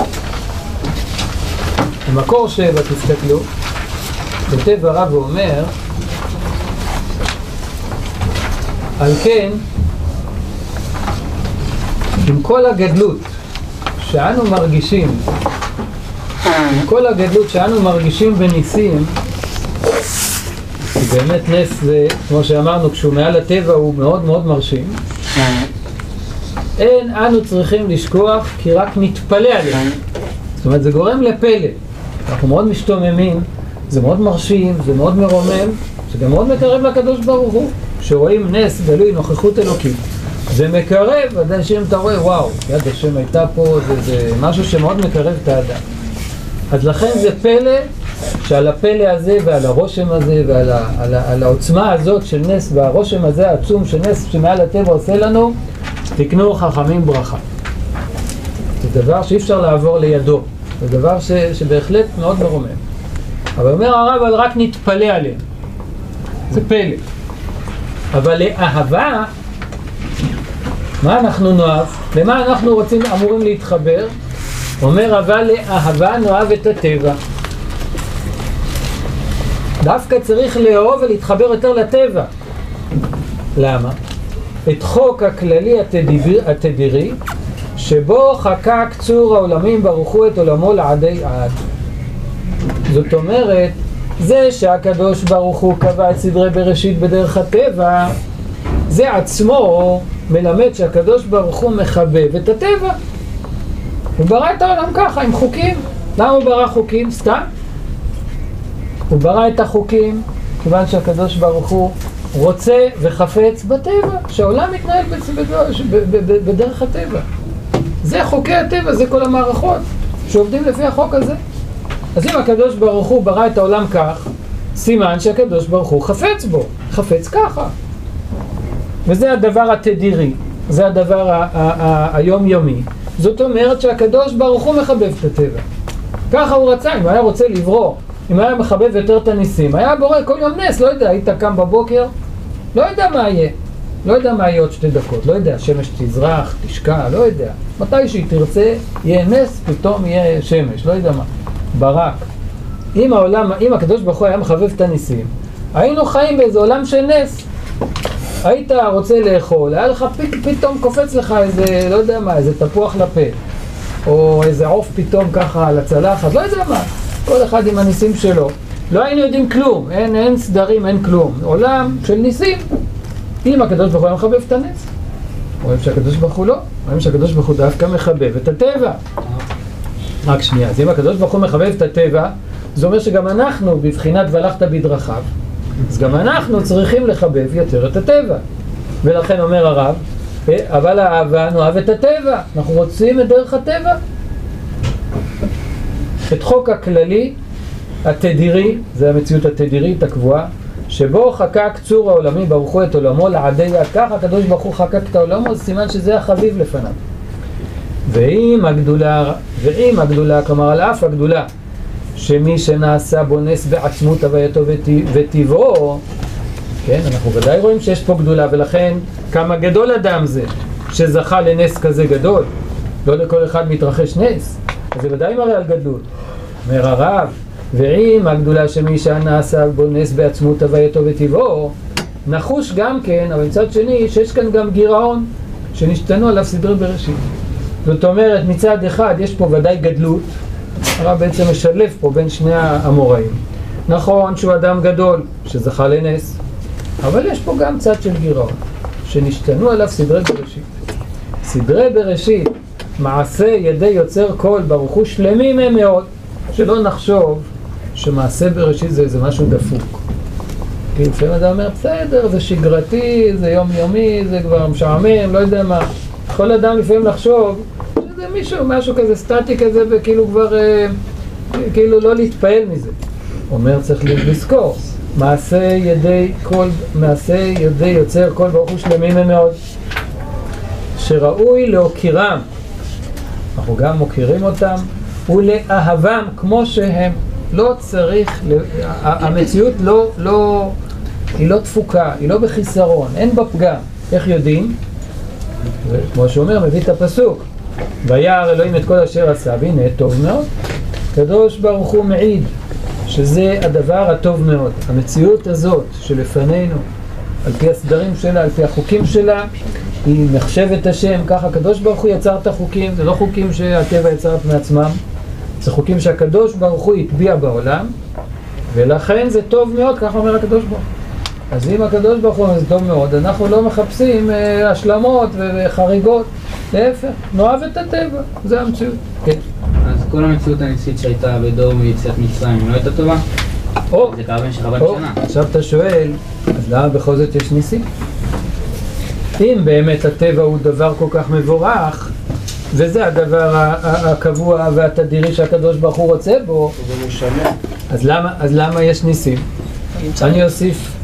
במקור 7, תסתכלו, כותב הרב ואומר, על כן, עם כל הגדלות שאנו מרגישים, עם כל הגדלות שאנו מרגישים בניסים, כי באמת נס זה, כמו שאמרנו, כשהוא מעל הטבע הוא מאוד מאוד מרשים, אין אנו צריכים לשכוח כי רק נתפלא עליהם. זאת אומרת, זה גורם לפלא. אנחנו מאוד משתוממים, זה מאוד מרשים, זה מאוד מרומם, זה גם מאוד מקרב לקדוש ברוך הוא. שרואים נס גלוי, נוכחות אלוקית. זה מקרב, עדיין שאם אתה רואה, וואו, יד השם הייתה פה, זה משהו שמאוד מקרב את האדם. אז לכן זה פלא, שעל הפלא הזה ועל הרושם הזה ועל העוצמה הזאת של נס והרושם הזה העצום של נס שמעל הטבע עושה לנו, תקנו חכמים ברכה. זה דבר שאי אפשר לעבור לידו, זה דבר שבהחלט מאוד מרומם. אבל אומר הרב, אבל רק נתפלא עליהם. זה פלא. אבל לאהבה, מה אנחנו נאהב? למה אנחנו אמורים להתחבר? אומר, אבל לאהבה נאהב את הטבע. דווקא צריך לאהוב ולהתחבר יותר לטבע. למה? את חוק הכללי התדירי, שבו חקק צור העולמים ברוכו את עולמו לעדי עד. זאת אומרת, זה שהקדוש ברוך הוא קבע את סדרי בראשית בדרך הטבע, זה עצמו מלמד שהקדוש ברוך הוא מחבב את הטבע. הוא ברא את העולם ככה, עם חוקים. למה הוא ברא חוקים? סתם. הוא ברא את החוקים כיוון שהקדוש ברוך הוא רוצה וחפץ בטבע, שהעולם מתנהל בדרך הטבע. זה חוקי הטבע, זה כל המערכות שעובדים לפי החוק הזה. אז אם הקדוש ברוך הוא ברא את העולם כך, סימן שהקדוש ברוך הוא חפץ בו, חפץ ככה. וזה הדבר התדירי, זה הדבר היומיומי. זאת אומרת שהקדוש ברוך הוא מחבב את הטבע. ככה הוא רצה, אם היה רוצה לברוא, אם היה מחבב יותר את הניסים, היה בורא כל יום נס, לא יודע, היית קם בבוקר, לא יודע מה יהיה. לא יודע מה יהיה עוד 2 דקות, לא יודע, שמש תזרח, תשקע, לא יודע. מתי שהיא תרצה, יהיה נס, פתאום יהיה שמש, לא יודע מה. ברק. אם הקדוש ברוך הוא היה מחבב את הניסים, היינו חיים באיזה עולם של נס. היית רוצה לאכול, היה לך פתאום קופץ לך איזה, לא יודע מה, איזה תפוח לפה, או איזה עוף פתאום ככה על הצלחת, לא יודע מה. כל אחד עם הניסים שלו. לא היינו יודעים כלום, אין סדרים, אין כלום. עולם של ניסים. אם הקדוש ברוך הוא היה מחבב את הנס, רואים שהקדוש ברוך הוא לא, רואים שהקדוש ברוך הוא דווקא מחבב את הטבע. רק שנייה, אז אם הקדוש ברוך הוא מחבב את הטבע, זה אומר שגם אנחנו, בבחינת והלכת בדרכיו, אז גם אנחנו צריכים לחבב יותר את הטבע. ולכן אומר הרב, אבל האהבה נאהב את הטבע, אנחנו רוצים את דרך הטבע. את חוק הכללי, התדירי, זה המציאות התדירית הקבועה, שבו חקק צור העולמי ברוכו את עולמו לעדי עד, כך הקדוש ברוך הוא חקק את העולמו, אז סימן שזה החביב לפניו. ועם הגדולה, כלומר על אף הגדולה, שמי שנעשה בו נס בעצמות הווייתו וטבעו, כן, אנחנו ודאי רואים שיש פה גדולה, ולכן כמה גדול אדם זה שזכה לנס כזה גדול. לא לכל אחד מתרחש נס, אז זה ודאי מראה על גדלות. אומר הרב, ועם הגדולה שמי שנעשה בו נס בעצמות הווייתו וטבעו, נחוש גם כן, אבל מצד שני שיש כאן גם גירעון שנשתנו עליו סדרי בראשית. זאת אומרת, מצד אחד יש פה ודאי גדלות, הרב בעצם משלב פה בין שני האמוראים. נכון שהוא אדם גדול שזכה לנס, אבל יש פה גם צד של גירעון, שנשתנו עליו סדרי בראשית. סדרי בראשית, מעשה ידי יוצר כל ברוך הוא שלמים הם מאוד, שלא נחשוב שמעשה בראשית זה משהו דפוק. כי לפעמים אדם אומר, בסדר, זה שגרתי, זה יומיומי, זה כבר משעמם, לא יודע מה. כל אדם לפעמים לחשוב שזה משהו כזה סטטי כזה, וכאילו כבר, כאילו לא להתפעל מזה. אומר, צריך לזכור, מעשה ידי יוצר כל ברוך הוא שלמים הם מאוד, שראוי להוקירם, אנחנו גם מוקירים אותם, ולאהבם כמו שהם. לא צריך, המציאות היא לא תפוקה, היא לא בחיסרון, אין בה פגם. איך יודעים? כמו שאומר, מביא את הפסוק, וירא אלוהים את כל אשר עשה, והנה טוב מאוד. קדוש ברוך הוא מעיד שזה הדבר הטוב מאוד. המציאות הזאת שלפנינו, על פי הסדרים שלה, על פי החוקים שלה, היא מחשבת השם. ככה הקדוש ברוך הוא יצר את החוקים, זה לא חוקים שהטבע יצר מעצמם, זה חוקים שהקדוש ברוך הוא הטביע בעולם, ולכן זה טוב מאוד, ככה אומר הקדוש ברוך הוא. אז אם הקדוש ברוך הוא זה טוב מאוד, אנחנו לא מחפשים השלמות וחריגות, להפך, נאהב את הטבע, זה המציאות. כן. אז כל המציאות הניסית שהייתה בדור מיציאת מצרים, לא הייתה טובה? זה קרה במשך 40 שנה. עכשיו אתה שואל, אז למה בכל זאת יש ניסים? אם באמת הטבע הוא דבר כל כך מבורך, וזה הדבר הקבוע והתדירי שהקדוש ברוך הוא רוצה בו, אז למה יש ניסים? אני אוסיף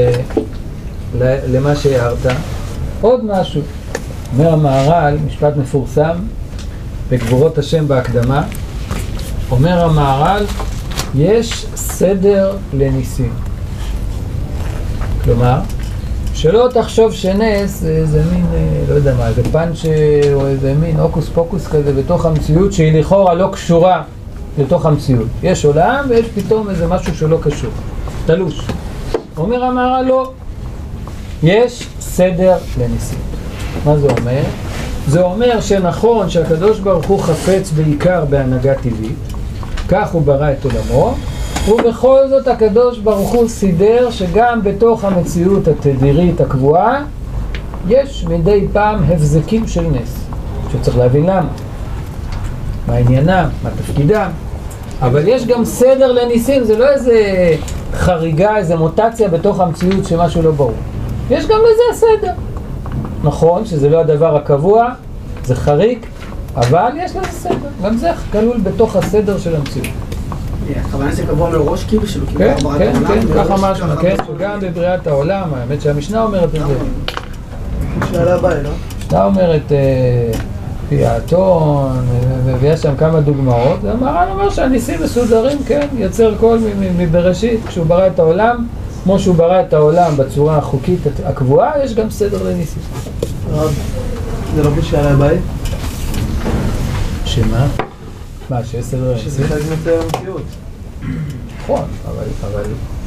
למה שהערת עוד משהו. אומר המהר"ל, משפט מפורסם בגבורות השם בהקדמה, אומר המהר"ל, יש סדר לניסים. כלומר, שלא תחשוב שנס זה איזה מין, לא יודע מה, איזה פאנץ' או איזה מין אוקוס פוקוס כזה בתוך המציאות שהיא לכאורה לא קשורה לתוך המציאות. יש עולם ויש פתאום איזה משהו שלא קשור, תלוש. אומר המהר"ל, לא, יש סדר לניסים. מה זה אומר? זה אומר שנכון שהקדוש ברוך הוא חפץ בעיקר בהנהגה טבעית, כך הוא ברא את עולמו, ובכל זאת הקדוש ברוך הוא סידר שגם בתוך המציאות התדירית הקבועה יש מדי פעם הבזקים של נס, שצריך להבין למה, מה עניינם, מה תפקידם, אבל יש גם סדר לניסים, זה לא איזה חריגה, איזה מוטציה בתוך המציאות שמשהו לא ברור, יש גם לזה סדר. נכון שזה לא הדבר הקבוע, זה חריג, אבל יש לזה סדר, גם זה כלול בתוך הסדר של המציאות. הכוונה זה קבוע מראש כאילו שלו, כן, כן, כן, ככה משמע, כן, שגם בבריאת העולם, האמת שהמשנה אומרת את זה. שאלה הבאה, לא? המשנה אומרת פי האתון, ויש שם כמה דוגמאות, והמהר"ל אומר שהניסים מסודרים, כן, יוצר כל מבראשית, כשהוא ברא את העולם, כמו שהוא ברא את העולם בצורה החוקית הקבועה, יש גם סדר לניסים. זה לא בשאלה הבאה? שמה? מה, שיש סדר לניסים? שזה חלק מצער המציאות. נכון, אבל...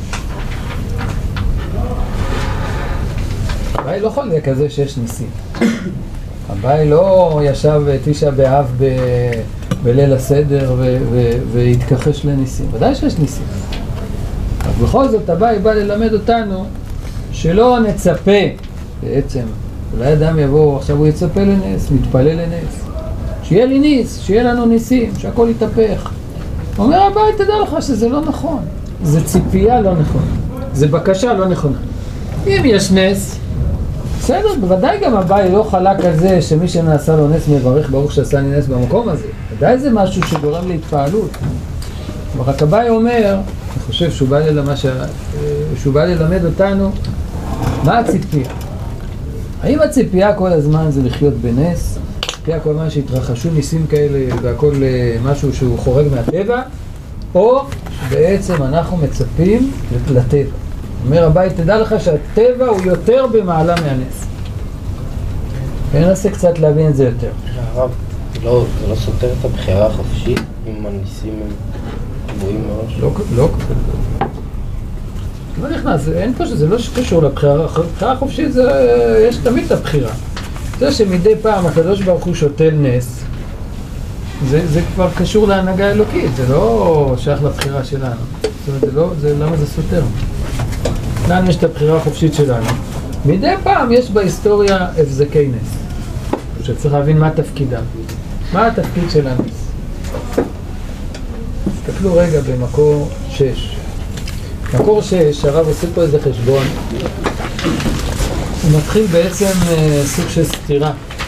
הבאי לא חולק כזה שיש ניסים. הבאי לא ישב תשעה באב בליל הסדר והתכחש לניסים. ודאי שיש ניסים. אבל בכל זאת הבאי בא ללמד אותנו שלא נצפה בעצם. אולי אדם יבוא, עכשיו הוא יצפה לנס, מתפלל לנס. שיהיה לי ניס, שיהיה לנו ניסים, שהכל יתהפך. אומר הבאי, תדע לך שזה לא נכון. זה ציפייה לא נכונה. זה בקשה לא נכונה. אם יש נס, בסדר, בוודאי גם הבאי לא חלק על זה שמי שנעשה לו נס מברך ברוך שעשה לי נס במקום הזה. ודאי זה משהו שגורם להתפעלות. רק הבאי אומר, אני חושב שהוא בא ללמד אותנו מה הציפייה. האם הציפייה כל הזמן זה לחיות בנס? ציפייה כל הזמן שהתרחשו ניסים כאלה והכל משהו שהוא חורג מהטבע? או בעצם אנחנו מצפים לטבע? אומר הבאי, תדע לך שהטבע הוא יותר במעלה מהנס. וננסה קצת להבין את זה יותר. הרב, זה לא סותר את הבחירה החופשית אם הניסים הם קבועים מראש? לא נכנס, אין פה שזה לא קשור לבחירה. הבחירה החופשית יש תמיד את הבחירה. זה שמדי פעם הקדוש ברוך הוא שותל נס, זה כבר קשור להנהגה אלוקית, זה לא שייך לבחירה שלנו. זאת אומרת, למה זה סותר? לנו יש את הבחירה החופשית שלנו. מדי פעם יש בהיסטוריה הבזקי נס, שצריך להבין מה תפקידם. מה התפקיד של הנס? תסתכלו רגע במקור 6. מקור 6, הרב עושה פה איזה חשבון. הוא מתחיל בעצם סוג של סתירה.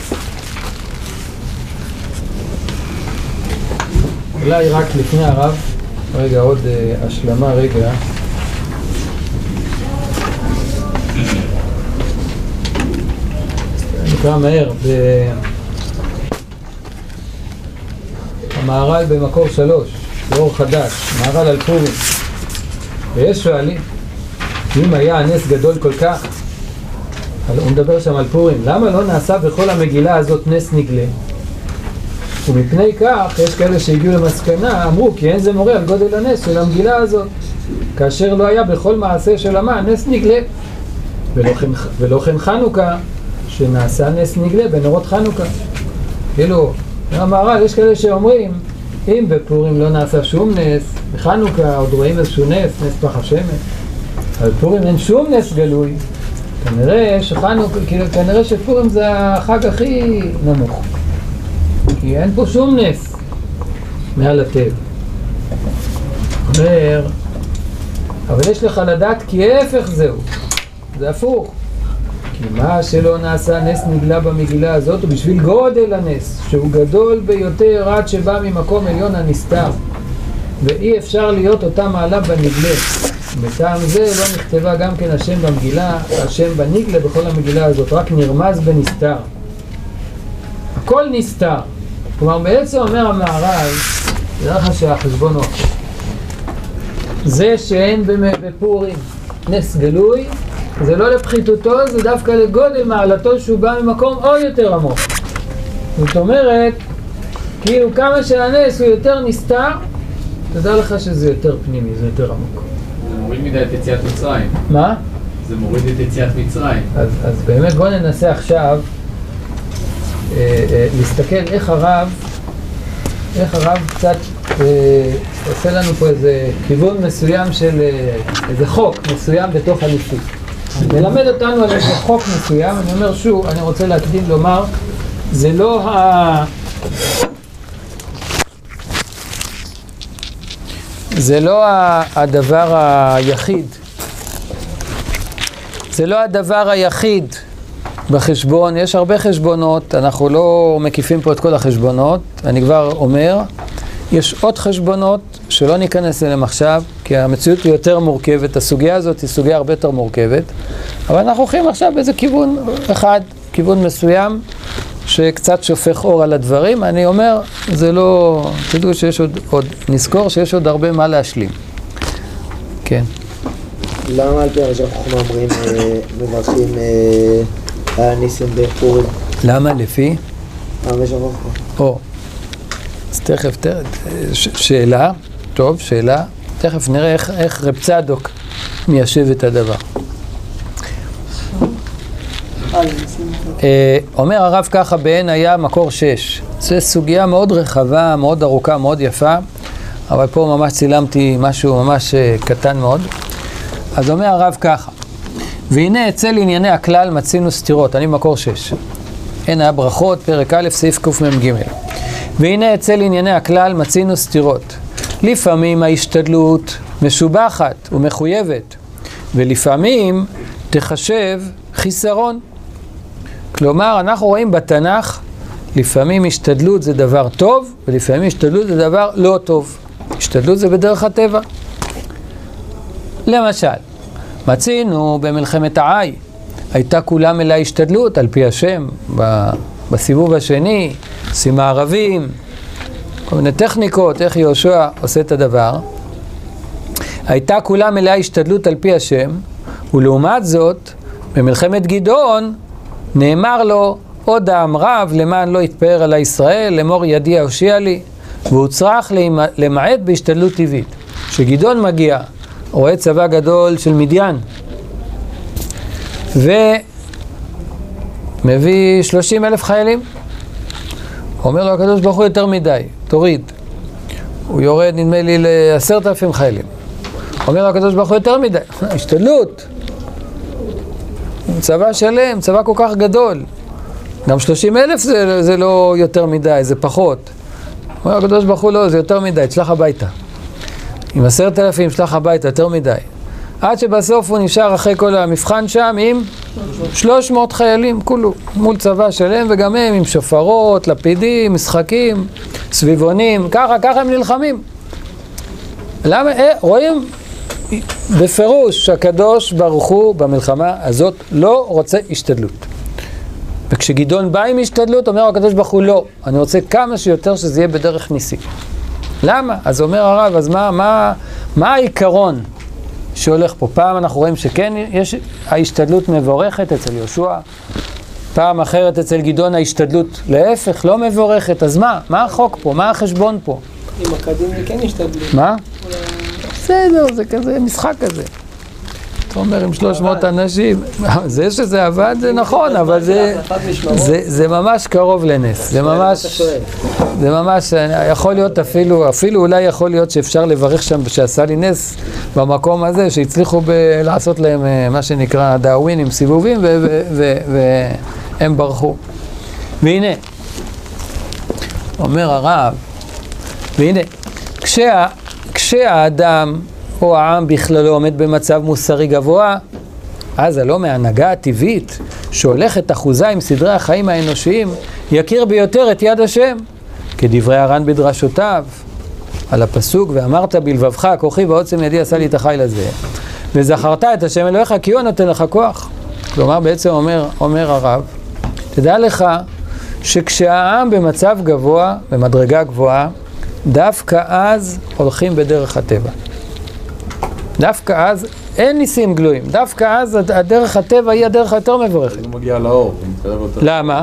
אולי רק לפני הרב, רגע, עוד השלמה רגע. נקרא מהר, המהר"ל במקור 3, באור חדש, מהר"ל על פורים. ויש שואלים, אם היה הנס גדול כל כך, הוא מדבר שם על פורים, למה לא נעשה בכל המגילה הזאת נס נגלה? ומפני כך, יש כאלה שהגיעו למסקנה, אמרו כי אין זה מורה על גודל הנס של המגילה הזאת, כאשר לא היה בכל מעשה של המה נס נגלה. ולא כן חנוכה, שנעשה נס נגלה בנרות חנוכה. כאילו, המהר"ל, יש כאלה שאומרים, אם בפורים לא נעשה שום נס, בחנוכה עוד רואים איזשהו נס פח השמש, אבל בפורים אין שום נס גלוי, כנראה שפורים זה החג הכי נמוך, כי אין פה שום נס. מעל הטבע. אומר, אבל יש לך לדעת כי ההפך זהו, זה הפוך. כי מה שלא נעשה נס נגלה במגילה הזאת הוא בשביל גודל הנס, שהוא גדול ביותר עד שבא ממקום עליון הנסתר, ואי אפשר להיות אותה מעלה בנגלה. בטעם זה לא נכתבה גם כן השם במגילה, השם בנגלה בכל המגילה הזאת, רק נרמז בנסתר. הכל נסתר. כלומר בעצם אומר המהר"ל, זה לך שהחשבון הוא אחר. זה שאין בפורים נס גלוי, זה לא לפחיתותו, זה דווקא לגודל מעלתו שהוא בא ממקום עוד יותר עמוק. זאת אומרת, כאילו כמה שהנס הוא יותר נסתר, תדע לך שזה יותר פנימי, זה יותר עמוק. זה מוריד מדי את יציאת מצרים. מה? זה מוריד את יציאת מצרים. אז באמת בוא ננסה עכשיו להסתכל איך הרב קצת עושה לנו פה איזה כיוון מסוים של איזה חוק מסוים בתוך הליפי. מלמד אותנו על איזה חוק מסוים. אני אומר שוב, אני רוצה להקדים לומר, זה לא הדבר היחיד. זה לא הדבר היחיד בחשבון. יש הרבה חשבונות, אנחנו לא מקיפים פה את כל החשבונות. אני כבר אומר, יש עוד חשבונות שלא ניכנס אליהם עכשיו, כי המציאות היא יותר מורכבת. הסוגיה הזאת היא סוגיה הרבה יותר מורכבת. אבל אנחנו הולכים עכשיו באיזה כיוון אחד, כיוון מסוים, שקצת שופך אור על הדברים. אני אומר, זה לא... תדעו שיש עוד נזכור שיש עוד הרבה מה להשלים. כן. למה על פי הראשון חוכמה אומרים, מברכים על ניסים בפורים? למה? לפי? הראשון חוכמה. אז תכף, שאלה, טוב, שאלה. תכף נראה איך רב צדוק מיישב את הדבר. אומר הרב ככה, בעין היה מקור 6. זו סוגיה מאוד רחבה, מאוד ארוכה, מאוד יפה, אבל פה ממש צילמתי משהו ממש קטן מאוד. אז אומר הרב ככה, והנה אצל ענייני הכלל מצינו סתירות. אני מקור 6. הנה הברכות, פרק א', סעיף קמ"ג. והנה אצל ענייני הכלל מצינו סתירות. לפעמים ההשתדלות משובחת ומחויבת, ולפעמים תחשב חיסרון. כלומר, אנחנו רואים בתנ"ך, לפעמים השתדלות זה דבר טוב, ולפעמים השתדלות זה דבר לא טוב. השתדלות זה בדרך הטבע. למשל, מצינו במלחמת העי, הייתה כולה מלאה השתדלות על פי השם, בסיבוב השני, עושים הערבים, כל מיני טכניקות, איך יהושע עושה את הדבר. הייתה כולה מלאה השתדלות על פי השם, ולעומת זאת, במלחמת גדעון, נאמר לו, עוד העם רב למען לא יתפאר על ישראל, לאמור ידי הושיע לי, והוא צריך למעט בהשתדלות טבעית. כשגדעון מגיע, רואה צבא גדול של מדיין, ומביא 30,000 חיילים. אומר לו הקדוש ברוך הוא יותר מדי, תוריד. הוא יורד נדמה לי ל10,000 חיילים. אומר לו הקדוש ברוך הוא יותר מדי, השתדלות. צבא שלם, צבא כל כך גדול. גם 30,000 זה לא יותר מדי, זה פחות. אומר הקדוש ברוך הוא לא, זה יותר מדי, תשלח הביתה. עם 10,000 שלח הביתה, יותר מדי. עד שבסוף הוא נשאר אחרי כל המבחן שם עם 300 חיילים, כולו, מול צבא שלם, וגם הם עם שופרות, לפידים, משחקים, סביבונים, ככה הם נלחמים. למה? רואים בפירוש שהקדוש ברוך הוא במלחמה הזאת לא רוצה השתדלות. וכשגדעון בא עם השתדלות, אומר הקדוש ברוך הוא לא, אני רוצה כמה שיותר שזה יהיה בדרך ניסי. למה? אז אומר הרב, אז מה העיקרון שהולך פה? פעם אנחנו רואים שכן יש ההשתדלות מבורכת אצל יהושע, פעם אחרת אצל גדעון ההשתדלות להפך לא מבורכת. אז מה החוק פה? מה החשבון פה? עם הקדים זה כן השתדלות. מה? בסדר, זה כזה משחק כזה. אתה אומר עם 300 אנשים, זה שזה עבד זה נכון, אבל זה ממש קרוב לנס. זה ממש יכול להיות אפילו אולי יכול להיות שאפשר לברך שם שעשה לי נס במקום הזה, שהצליחו לעשות להם מה שנקרא דאווין עם סיבובים והם ברחו. והנה, אומר הרב, והנה, כשהאדם או העם בכללו עומד במצב מוסרי גבוה, אז הלא מההנהגה הטבעית שהולכת אחוזה עם סדרי החיים האנושיים, יכיר ביותר את יד השם, כדברי הר"ן בדרשותיו, על הפסוק, ואמרת בלבבך, כוחי ועוצם ידי עשה לי את החיל הזה, וזכרת את השם אלוהיך כי הוא נותן לך כוח. כלומר בעצם אומר הרב, תדע לך שכשהעם במצב גבוה, במדרגה גבוהה, דווקא אז הולכים בדרך הטבע. דווקא אז אין ניסים גלויים, דווקא אז הדרך הטבע היא הדרך היותר מבורכת. הוא מגיע לאור, הוא מתקרב יותר. למה?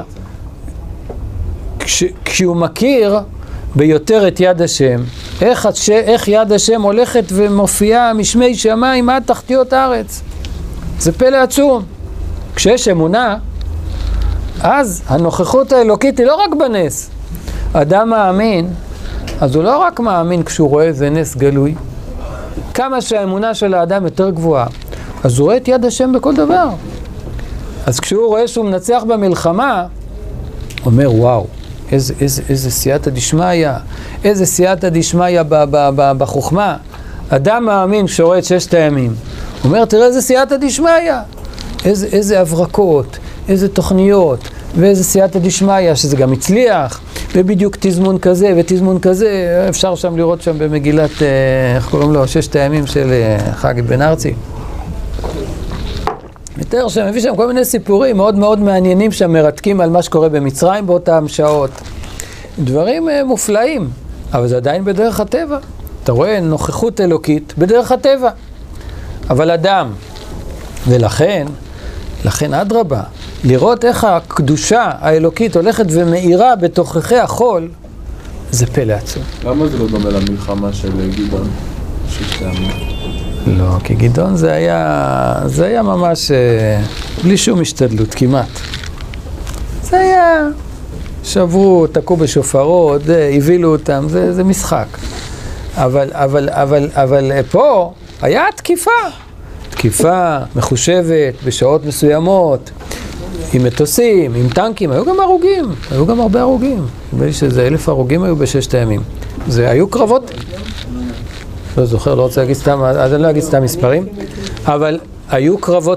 כשהוא מכיר ביותר את יד השם, איך יד השם הולכת ומופיעה משמי שמיים עד תחתיות הארץ. זה פלא עצום. כשיש אמונה, אז הנוכחות האלוקית היא לא רק בנס. אדם מאמין, אז הוא לא רק מאמין כשהוא רואה איזה נס גלוי. כמה שהאמונה של האדם יותר גבוהה, אז הוא רואה את יד השם בכל דבר. אז כשהוא רואה שהוא מנצח במלחמה, הוא אומר וואו, איזה סייעתא דשמיא, איזה סייעתא דשמיא בחוכמה. אדם מאמין שרואה את ששת הימים, הוא אומר תראה איזה סייעתא דשמיא, איזה הברקות, איזה תוכניות, ואיזה סייעתא דשמיא, שזה גם הצליח, ובדיוק תזמון כזה ותזמון כזה, אפשר שם לראות שם במגילת, איך קוראים לו, ששת הימים של חג בן ארצי. יותר שם, מביא שם כל מיני סיפורים מאוד מאוד מעניינים שם, מרתקים על מה שקורה במצרים באותם שעות. דברים מופלאים, אבל זה עדיין בדרך הטבע. אתה רואה נוכחות אלוקית בדרך הטבע. אבל אדם, ולכן אדרבה, לראות איך הקדושה האלוקית הולכת ומאירה בתוככי החול, זה פלא עצום. למה זה לא דומה למלחמה של גדעון? לא, כי גדעון זה היה ממש בלי שום השתדלות, כמעט. זה היה, שברו, תקעו בשופרות, הבילו אותם, זה משחק. אבל פה היה תקיפה מחושבת בשעות מסוימות, עם מטוסים, עם טנקים, היו גם הרבה הרוגים. נדמה לי שזה 1,000 הרוגים היו בששת הימים. זה היו קרבות, לא זוכר, לא רוצה להגיד סתם, אז אני לא אגיד סתם מספרים, אבל היו קרבות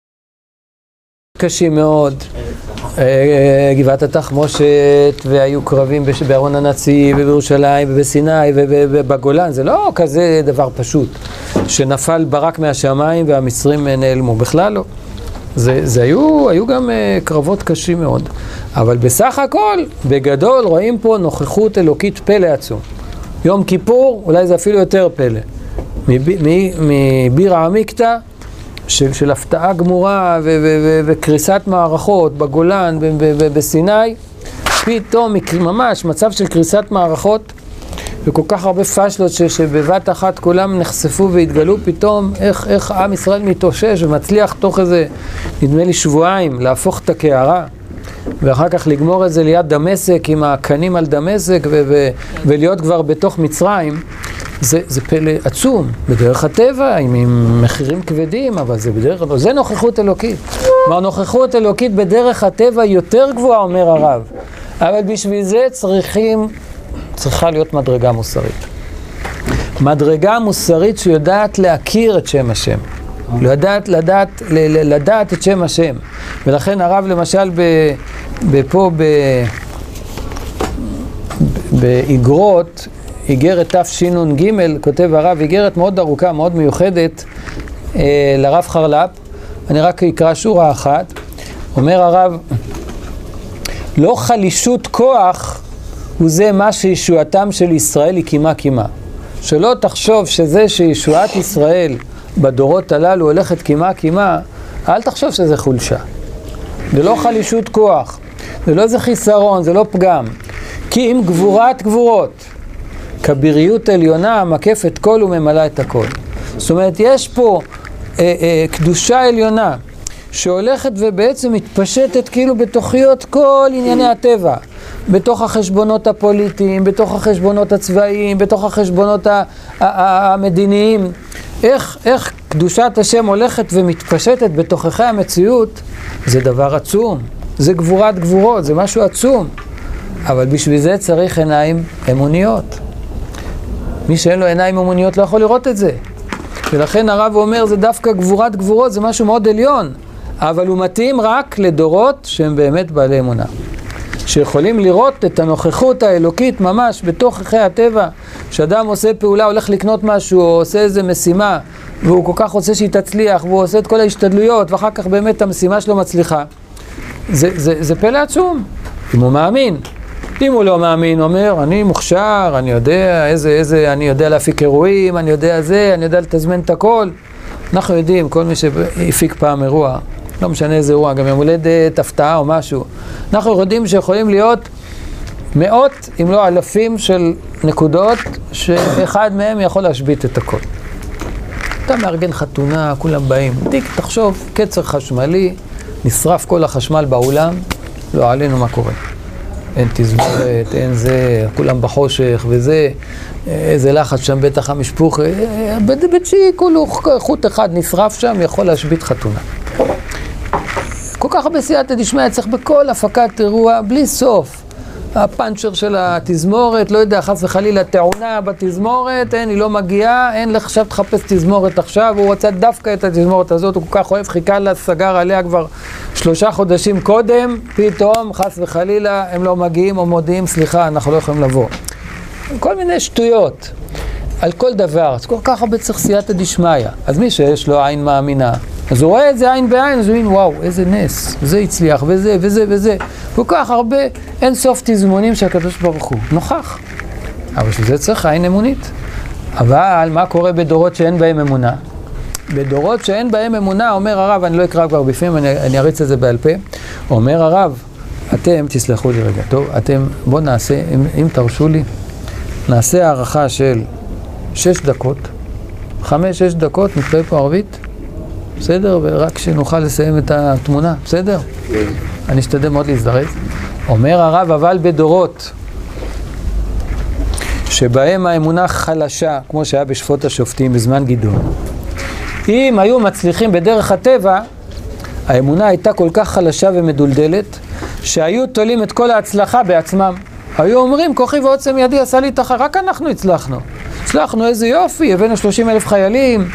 קשים מאוד, גבעת התחמושת, והיו קרבים בארון הנציב, ובירושלים, ובסיני, ובגולן, זה לא כזה דבר פשוט, שנפל ברק מהשמיים והמצרים נעלמו, בכלל לא. זה היו גם קרבות קשים מאוד, אבל בסך הכל, בגדול, רואים פה נוכחות אלוקית פלא עצום. יום כיפור, אולי זה אפילו יותר פלא. מביר העמיקתא, של הפתעה גמורה וקריסת מערכות בגולן, בסיני, פתאום ממש מצב של קריסת מערכות, וכל כך הרבה פשלות שבבת אחת כולם נחשפו והתגלו פתאום, איך עם ישראל מתאושש ומצליח תוך איזה, נדמה לי שבועיים, להפוך את הקערה. ואחר כך לגמור את זה ליד דמשק עם הקנים על דמשק ולהיות כבר בתוך מצרים, זה פלא עצום, בדרך הטבע, עם מחירים כבדים, אבל זה נוכחות אלוקית. כלומר, נוכחות אלוקית בדרך הטבע יותר גבוהה, אומר הרב, אבל בשביל זה צריכה להיות מדרגה מוסרית. מדרגה מוסרית שיודעת להכיר את שם השם. לדעת את שם השם. ולכן הרב למשל פה באגרות, איגרת תשנ"ג, כותב הרב, איגרת מאוד ארוכה, מאוד מיוחדת לרב חרל"פ. אני רק אקרא שורה אחת. אומר הרב, לא חלישות כוח הוא זה מה שישועתם של ישראל היא קימה. שלא תחשוב שזה שישועת ישראל בדורות הללו הולכת קימה, אל תחשוב שזה חולשה. זה לא חלישות כוח, זה לא איזה חיסרון, זה לא פגם. כי אם גבורת גבורות, כביריות עליונה מקפת כל וממלא את הכל. זאת אומרת, יש פה קדושה עליונה שהולכת ובעצם מתפשטת כאילו בתוכיות כל ענייני הטבע. בתוך החשבונות הפוליטיים, בתוך החשבונות הצבאיים, בתוך החשבונות המדיניים. איך קדושת השם הולכת ומתפשטת בתוככי המציאות, זה דבר עצום. זה גבורת גבורות, זה משהו עצום. אבל בשביל זה צריך עיניים אמוניות. מי שאין לו עיניים אמוניות לא יכול לראות את זה. ולכן הרב אומר, זה דווקא גבורת גבורות, זה משהו מאוד עליון. אבל הוא מתאים רק לדורות שהם באמת בעלי אמונה. שיכולים לראות את הנוכחות האלוקית ממש בתוך חיי הטבע. שאדם עושה פעולה, הולך לקנות משהו, או עושה איזה משימה, והוא כל כך רוצה שהיא תצליח, והוא עושה את כל ההשתדלויות, ואחר כך באמת המשימה שלו מצליחה. זה פלא עצום, אם הוא מאמין. אם הוא לא מאמין, הוא אומר, אני מוכשר, אני יודע אני יודע להפיק אירועים, אני יודע אני יודע לתזמן את הכל. אנחנו יודעים, כל מי שהפיק פעם אירוע, לא משנה איזה אירוע, גם יום הולדת, הפתעה או משהו. אנחנו יודעים שיכולים להיות מאות, אם לא אלפים של נקודות, שאחד מהם יכול להשבית את הכל. אתה מארגן חתונה, כולם באים. תחשוב, קצר חשמלי, נשרף כל החשמל באולם, לא עלינו מה קורה. אין תזמורת, אין זה, כולם בחושך וזה, איזה לחץ שם, בטח המשפוך, בצ'י, כולו חוט אחד נשרף שם, יכול להשבית חתונה. כל כך הרבה סייעתא דשמיא צריך בכל הפקת אירוע, בלי סוף. הפאנצ'ר של התזמורת, לא יודע, חס וחלילה, טעונה בתזמורת, היא לא מגיעה, אין לך עכשיו תחפש תזמורת עכשיו, הוא רצה דווקא את התזמורת הזאת, הוא כל כך אוהב, חיכה לה, סגר עליה כבר 3 חודשים קודם, פתאום, חס וחלילה, הם לא מגיעים או מודיעים, סליחה, אנחנו לא יכולים לבוא. כל מיני שטויות, על כל דבר, כל כך הרבה צריך סייעתא דשמיא. אז מי שיש לו עין מאמינה, אז הוא רואה את זה עין בעין, אז הוא אומר, וואו, איזה נס, זה הצליח, וזה, וזה, וזה. כל כך הרבה, אין סוף תזמונים שהקדוש ברוך הוא נוכח. אבל שזה צריך עין אמונית. אבל מה קורה בדורות שאין בהם אמונה? בדורות שאין בהם אמונה, אומר הרב, אני לא אקרא כבר בפנים, אני אריץ את זה בעל פה. אומר הרב, אתם, תסלחו לי רגע, טוב, בואו נעשה, אם תרשו לי, נעשה הערכה של 6 דקות, 5-6 דקות, נתראה פה ערבית. בסדר? ורק שנוכל לסיים את התמונה, בסדר? אני אשתדל מאוד להזדרז. אומר הרב, אבל בדורות שבהם האמונה חלשה, כמו שהיה בשפוט השופטים בזמן גדעון, אם היו מצליחים בדרך הטבע, האמונה הייתה כל כך חלשה ומדולדלת, שהיו תולים את כל ההצלחה בעצמם. היו אומרים, כוחי ועוצם ידי עשה לי תחר, רק אנחנו הצלחנו. הצלחנו איזה יופי, הבאנו 30,000 חיילים,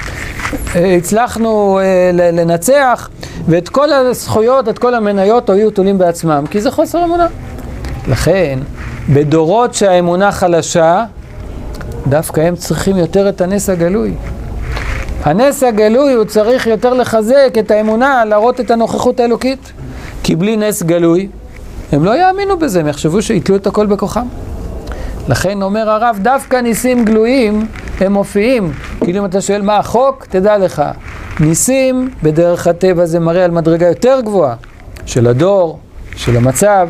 הצלחנו לנצח, ואת כל הזכויות, את כל המניות היו תולים בעצמם, כי זה חוסר אמונה. לכן, בדורות שהאמונה חלשה, דווקא הם צריכים יותר את הנס הגלוי. הנס הגלוי הוא צריך יותר לחזק את האמונה, להראות את הנוכחות האלוקית, כי בלי נס גלוי, הם לא יאמינו בזה, הם יחשבו שיתלו את הכל בכוחם. לכן אומר הרב, דווקא ניסים גלויים הם מופיעים. כאילו אם אתה שואל מה החוק, תדע לך. ניסים בדרך הטבע זה מראה על מדרגה יותר גבוהה של הדור, של המצב.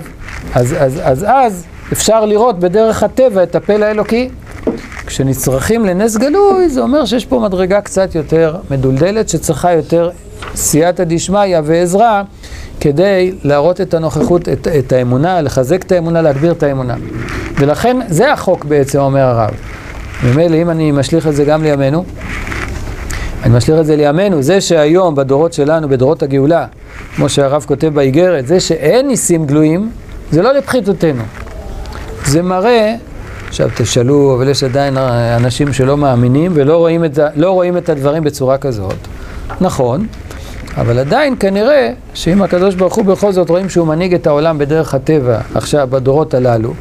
אז אפשר לראות בדרך הטבע את הפלא האלוקי. כשנצרכים לנס גלוי, זה אומר שיש פה מדרגה קצת יותר מדולדלת, שצריכה יותר סייעתא דשמיא ועזרה, כדי להראות את הנוכחות, את האמונה, לחזק את האמונה, להגביר את האמונה. ולכן זה החוק בעצם, אומר הרב. ממילא אם אני משליך את זה גם לימינו, אני משליך את זה לימינו, זה שהיום בדורות שלנו, בדורות הגאולה, כמו שהרב כותב באיגרת, זה שאין ניסים גלויים, זה לא לבחיתותינו. זה מראה, עכשיו תשאלו, אבל יש עדיין אנשים שלא מאמינים ולא רואים את הדברים בצורה כזאת. נכון, אבל עדיין כנראה שאם הקדוש ברוך הוא בכל זאת רואים שהוא מנהיג את העולם בדרך הטבע, עכשיו בדורות הללו,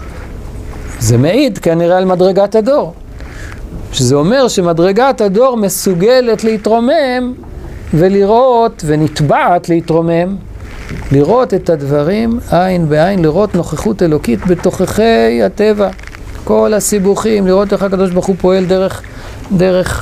זה מעיד כנראה על מדרגת הדור. שזה אומר שמדרגת הדור מסוגלת להתרומם ולראות ונטבעת להתרומם, לראות את הדברים עין בעין, לראות נוכחות אלוקית בתוככי הטבע. כל הסיבוכים, לראות איך הקדוש ברוך הוא פועל דרך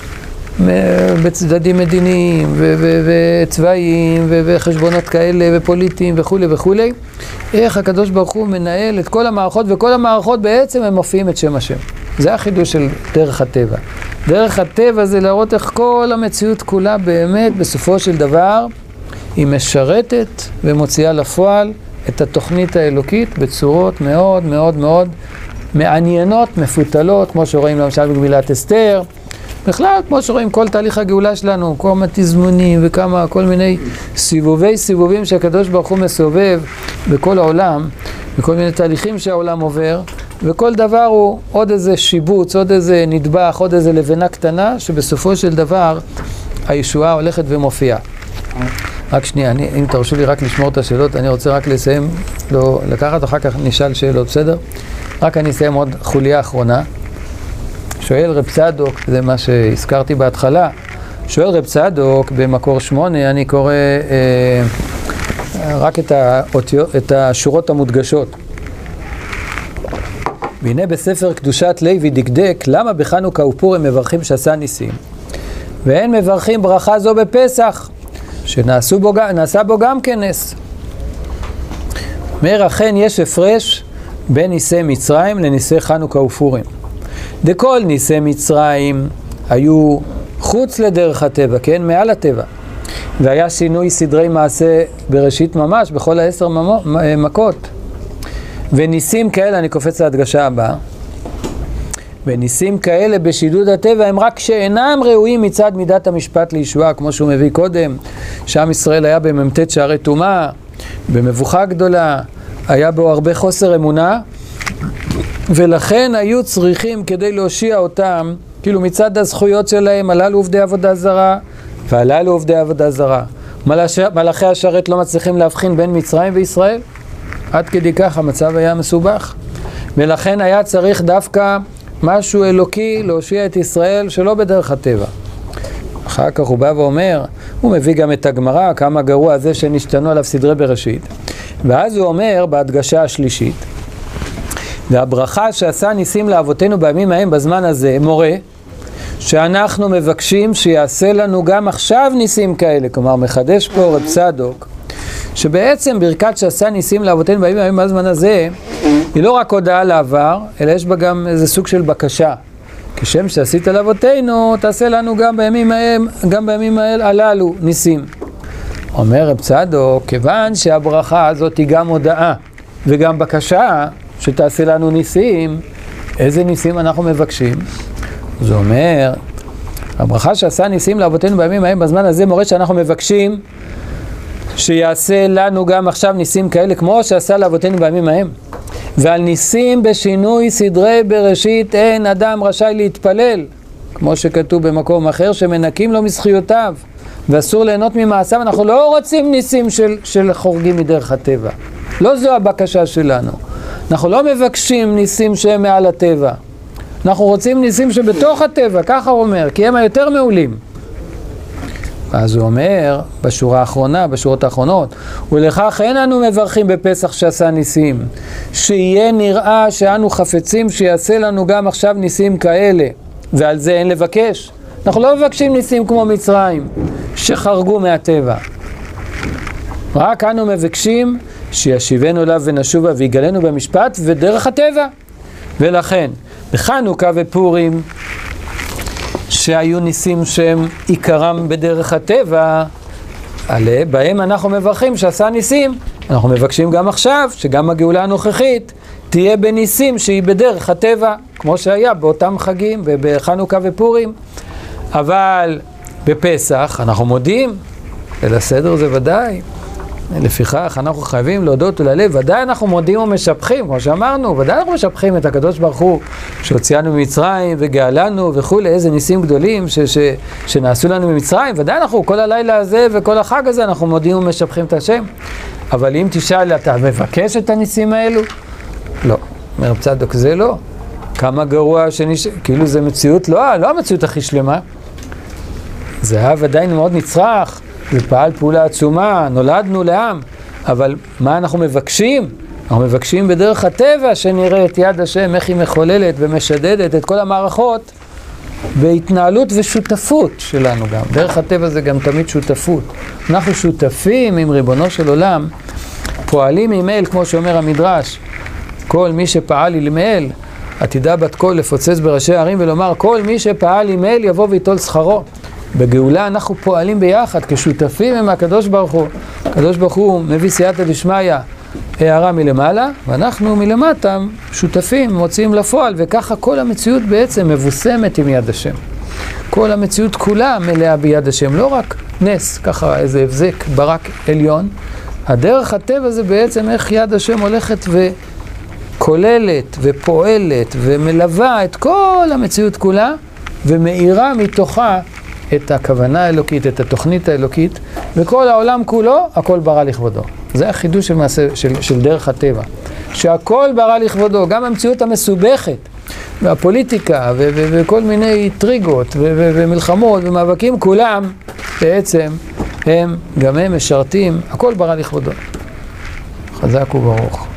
בצדדים מדיניים וצבאיים וחשבונות כאלה ופוליטיים וכו' וכו'. איך הקדוש ברוך הוא מנהל את כל המערכות, וכל המערכות בעצם הם מופיעים את שם השם. זה החידוש של דרך הטבע. דרך הטבע זה להראות איך כל המציאות כולה באמת בסופו של דבר היא משרתת ומוציאה לפועל את התוכנית האלוקית בצורות מאוד מאוד מאוד מעניינות, מפותלות, כמו שרואים למשל בגמילת אסתר. בכלל, כמו שרואים כל תהליך הגאולה שלנו, כמה תזמונים וכמה, כל מיני סיבובים שהקדוש ברוך הוא מסובב בכל העולם, וכל מיני תהליכים שהעולם עובר, וכל דבר הוא עוד איזה שיבוץ, עוד איזה נדבך, עוד איזה לבנה קטנה, שבסופו של דבר הישועה הולכת ומופיעה. רק שנייה, אם תרשו לי רק לשמור את השאלות, אני רוצה רק לסיים, לא לקחת, אחר כך נשאל שאלות, בסדר? רק אני אסיים עוד חוליה אחרונה. שואל רב צדוק, זה מה שהזכרתי בהתחלה, שואל רב צדוק במקור 8, אני קורא רק את השורות המודגשות. והנה בספר קדושת לוי דקדק, למה בחנוכה ופורים מברכים שעשה ניסים? ואין מברכים ברכה זו בפסח, שנעשה בו גם כנס. אומר, אכן יש הפרש בין ניסי מצרים לניסי חנוכה ופורים. דכל ניסי מצרים היו חוץ לדרך הטבע, כן? מעל הטבע. והיה שינוי סדרי מעשה בראשית ממש, בכל 10 מכות. וניסים כאלה, אני קופץ להדגשה הבאה, וניסים כאלה בשידוד הטבע הם רק שאינם ראויים מצד מידת המשפט לישועה, כמו שהוא מביא קודם, שעם ישראל היה בממתת שערי טומאה, במבוכה גדולה, היה בו הרבה חוסר אמונה, ולכן היו צריכים כדי להושיע אותם, כאילו מצד הזכויות שלהם, הללו עובדי עבודה זרה, והללו עובדי עבודה זרה. מלאכי השרת לא מצליחים להבחין בין מצרים וישראל, עד כדי כך המצב היה מסובך, ולכן היה צריך דווקא משהו אלוקי להושיע את ישראל שלא בדרך הטבע. אחר כך הוא בא ואומר, הוא מביא גם את הגמרא, כמה גרוע זה שנשתנו עליו סדרי בראשית. ואז הוא אומר בהדגשה השלישית, והברכה שעשה ניסים לאבותינו בימים ההם בזמן הזה, מורה, שאנחנו מבקשים שיעשה לנו גם עכשיו ניסים כאלה. כלומר, מחדש פה רב צדוק, שבעצם ברכת שעשה ניסים לאבותינו בימים ההם בזמן הזה, היא לא רק הודעה לעבר, אלא יש בה גם איזה סוג של בקשה. כשם שעשית לאבותינו, תעשה לנו גם בימים הללו ניסים. אומר רב צדוק, כיוון שהברכה הזאת היא גם הודעה וגם בקשה שתעשה לנו ניסים, איזה ניסים אנחנו מבקשים? זה אומר, הברכה שעשה ניסים לאבותינו בימים ההם בזמן הזה מורה שאנחנו מבקשים שיעשה לנו גם עכשיו ניסים כאלה כמו שעשה לאבותינו בימים ההם. ועל ניסים בשינוי סדרי בראשית אין אדם רשאי להתפלל, כמו שכתוב במקום אחר, שמנקים לו מזכויותיו ואסור ליהנות ממעשיו. אנחנו לא רוצים ניסים של חורגים מדרך הטבע, לא זו הבקשה שלנו. אנחנו לא מבקשים ניסים שהם מעל הטבע, אנחנו רוצים ניסים שבתוך הטבע, ככה הוא אומר, כי הם היותר מעולים. אז הוא אומר בשורה האחרונה, בשורות האחרונות, ולכך אין אנו מברכים בפסח שעשה ניסים, שיהיה נראה שאנו חפצים שיעשה לנו גם עכשיו ניסים כאלה, ועל זה אין לבקש. אנחנו לא מבקשים ניסים כמו מצרים שחרגו מהטבע, רק אנו מבקשים שישיבנו אליו ונשובה ויגלנו במשפט ודרך הטבע. ולכן בחנוכה ופורים שהיו ניסים שהם עיקרם בדרך הטבע, בהם אנחנו מברכים שעשה ניסים. אנחנו מבקשים גם עכשיו שגם הגאולה הנוכחית תהיה בניסים שהיא בדרך הטבע, כמו שהיה באותם חגים ובחנוכה ופורים. אבל בפסח אנחנו מודים, אל הסדר זה ודאי. לפיכך אנחנו חייבים להודות וללב, ודאי אנחנו מודים ומשבחים, כמו שאמרנו, ודאי אנחנו משבחים את הקדוש ברוך הוא שהוציאנו ממצרים וגאלנו וכו', איזה ניסים גדולים שנעשו לנו ממצרים, ודאי אנחנו כל הלילה הזה וכל החג הזה אנחנו מודים ומשבחים את השם. אבל אם תשאל, אתה מבקש את הניסים האלו? לא. אומר רב צדוק, זה לא. כמה גרוע כאילו זה מציאות, לא המציאות הכי שלמה. זה היה ודאי מאוד נצרך, ופעל פעולה עצומה, נולדנו לעם, אבל מה אנחנו מבקשים? אנחנו מבקשים בדרך הטבע שנראה את יד השם, איך היא מחוללת ומשדדת את כל המערכות בהתנהלות ושותפות שלנו גם. דרך הטבע זה גם תמיד שותפות. אנחנו שותפים עם ריבונו של עולם, פועלים עם אל, כמו שאומר המדרש, כל מי שפעל עם אל, עתידה בת קול לפוצץ בראשי הערים ולומר, כל מי שפעל עם אל יבוא ויטול שכרו. בגאולה אנחנו פועלים ביחד כשותפים עם הקדוש ברוך הוא. הקדוש ברוך הוא מביא סייעתא דשמיא, הערה מלמעלה, ואנחנו מלמטה שותפים, מוציאים לפועל, וככה כל המציאות בעצם מבוסמת עם יד השם. כל המציאות כולה מלאה ביד השם, לא רק נס, ככה איזה הבזק ברק עליון. הדרך הטבע זה בעצם איך יד השם הולכת כוללת ופועלת ומלווה את כל המציאות כולה, ומאירה מתוכה את הכוונה האלוקית, את התוכנית האלוקית, וכל העולם כולו, הכל ברא לכבודו. זה החידוש של מעשה, של דרך הטבע. שהכל ברא לכבודו, גם המציאות המסובכת, והפוליטיקה, וכל מיני טריגות, ומלחמות, ומאבקים, כולם בעצם, גם הם משרתים, הכל ברא לכבודו. חזק וברוך.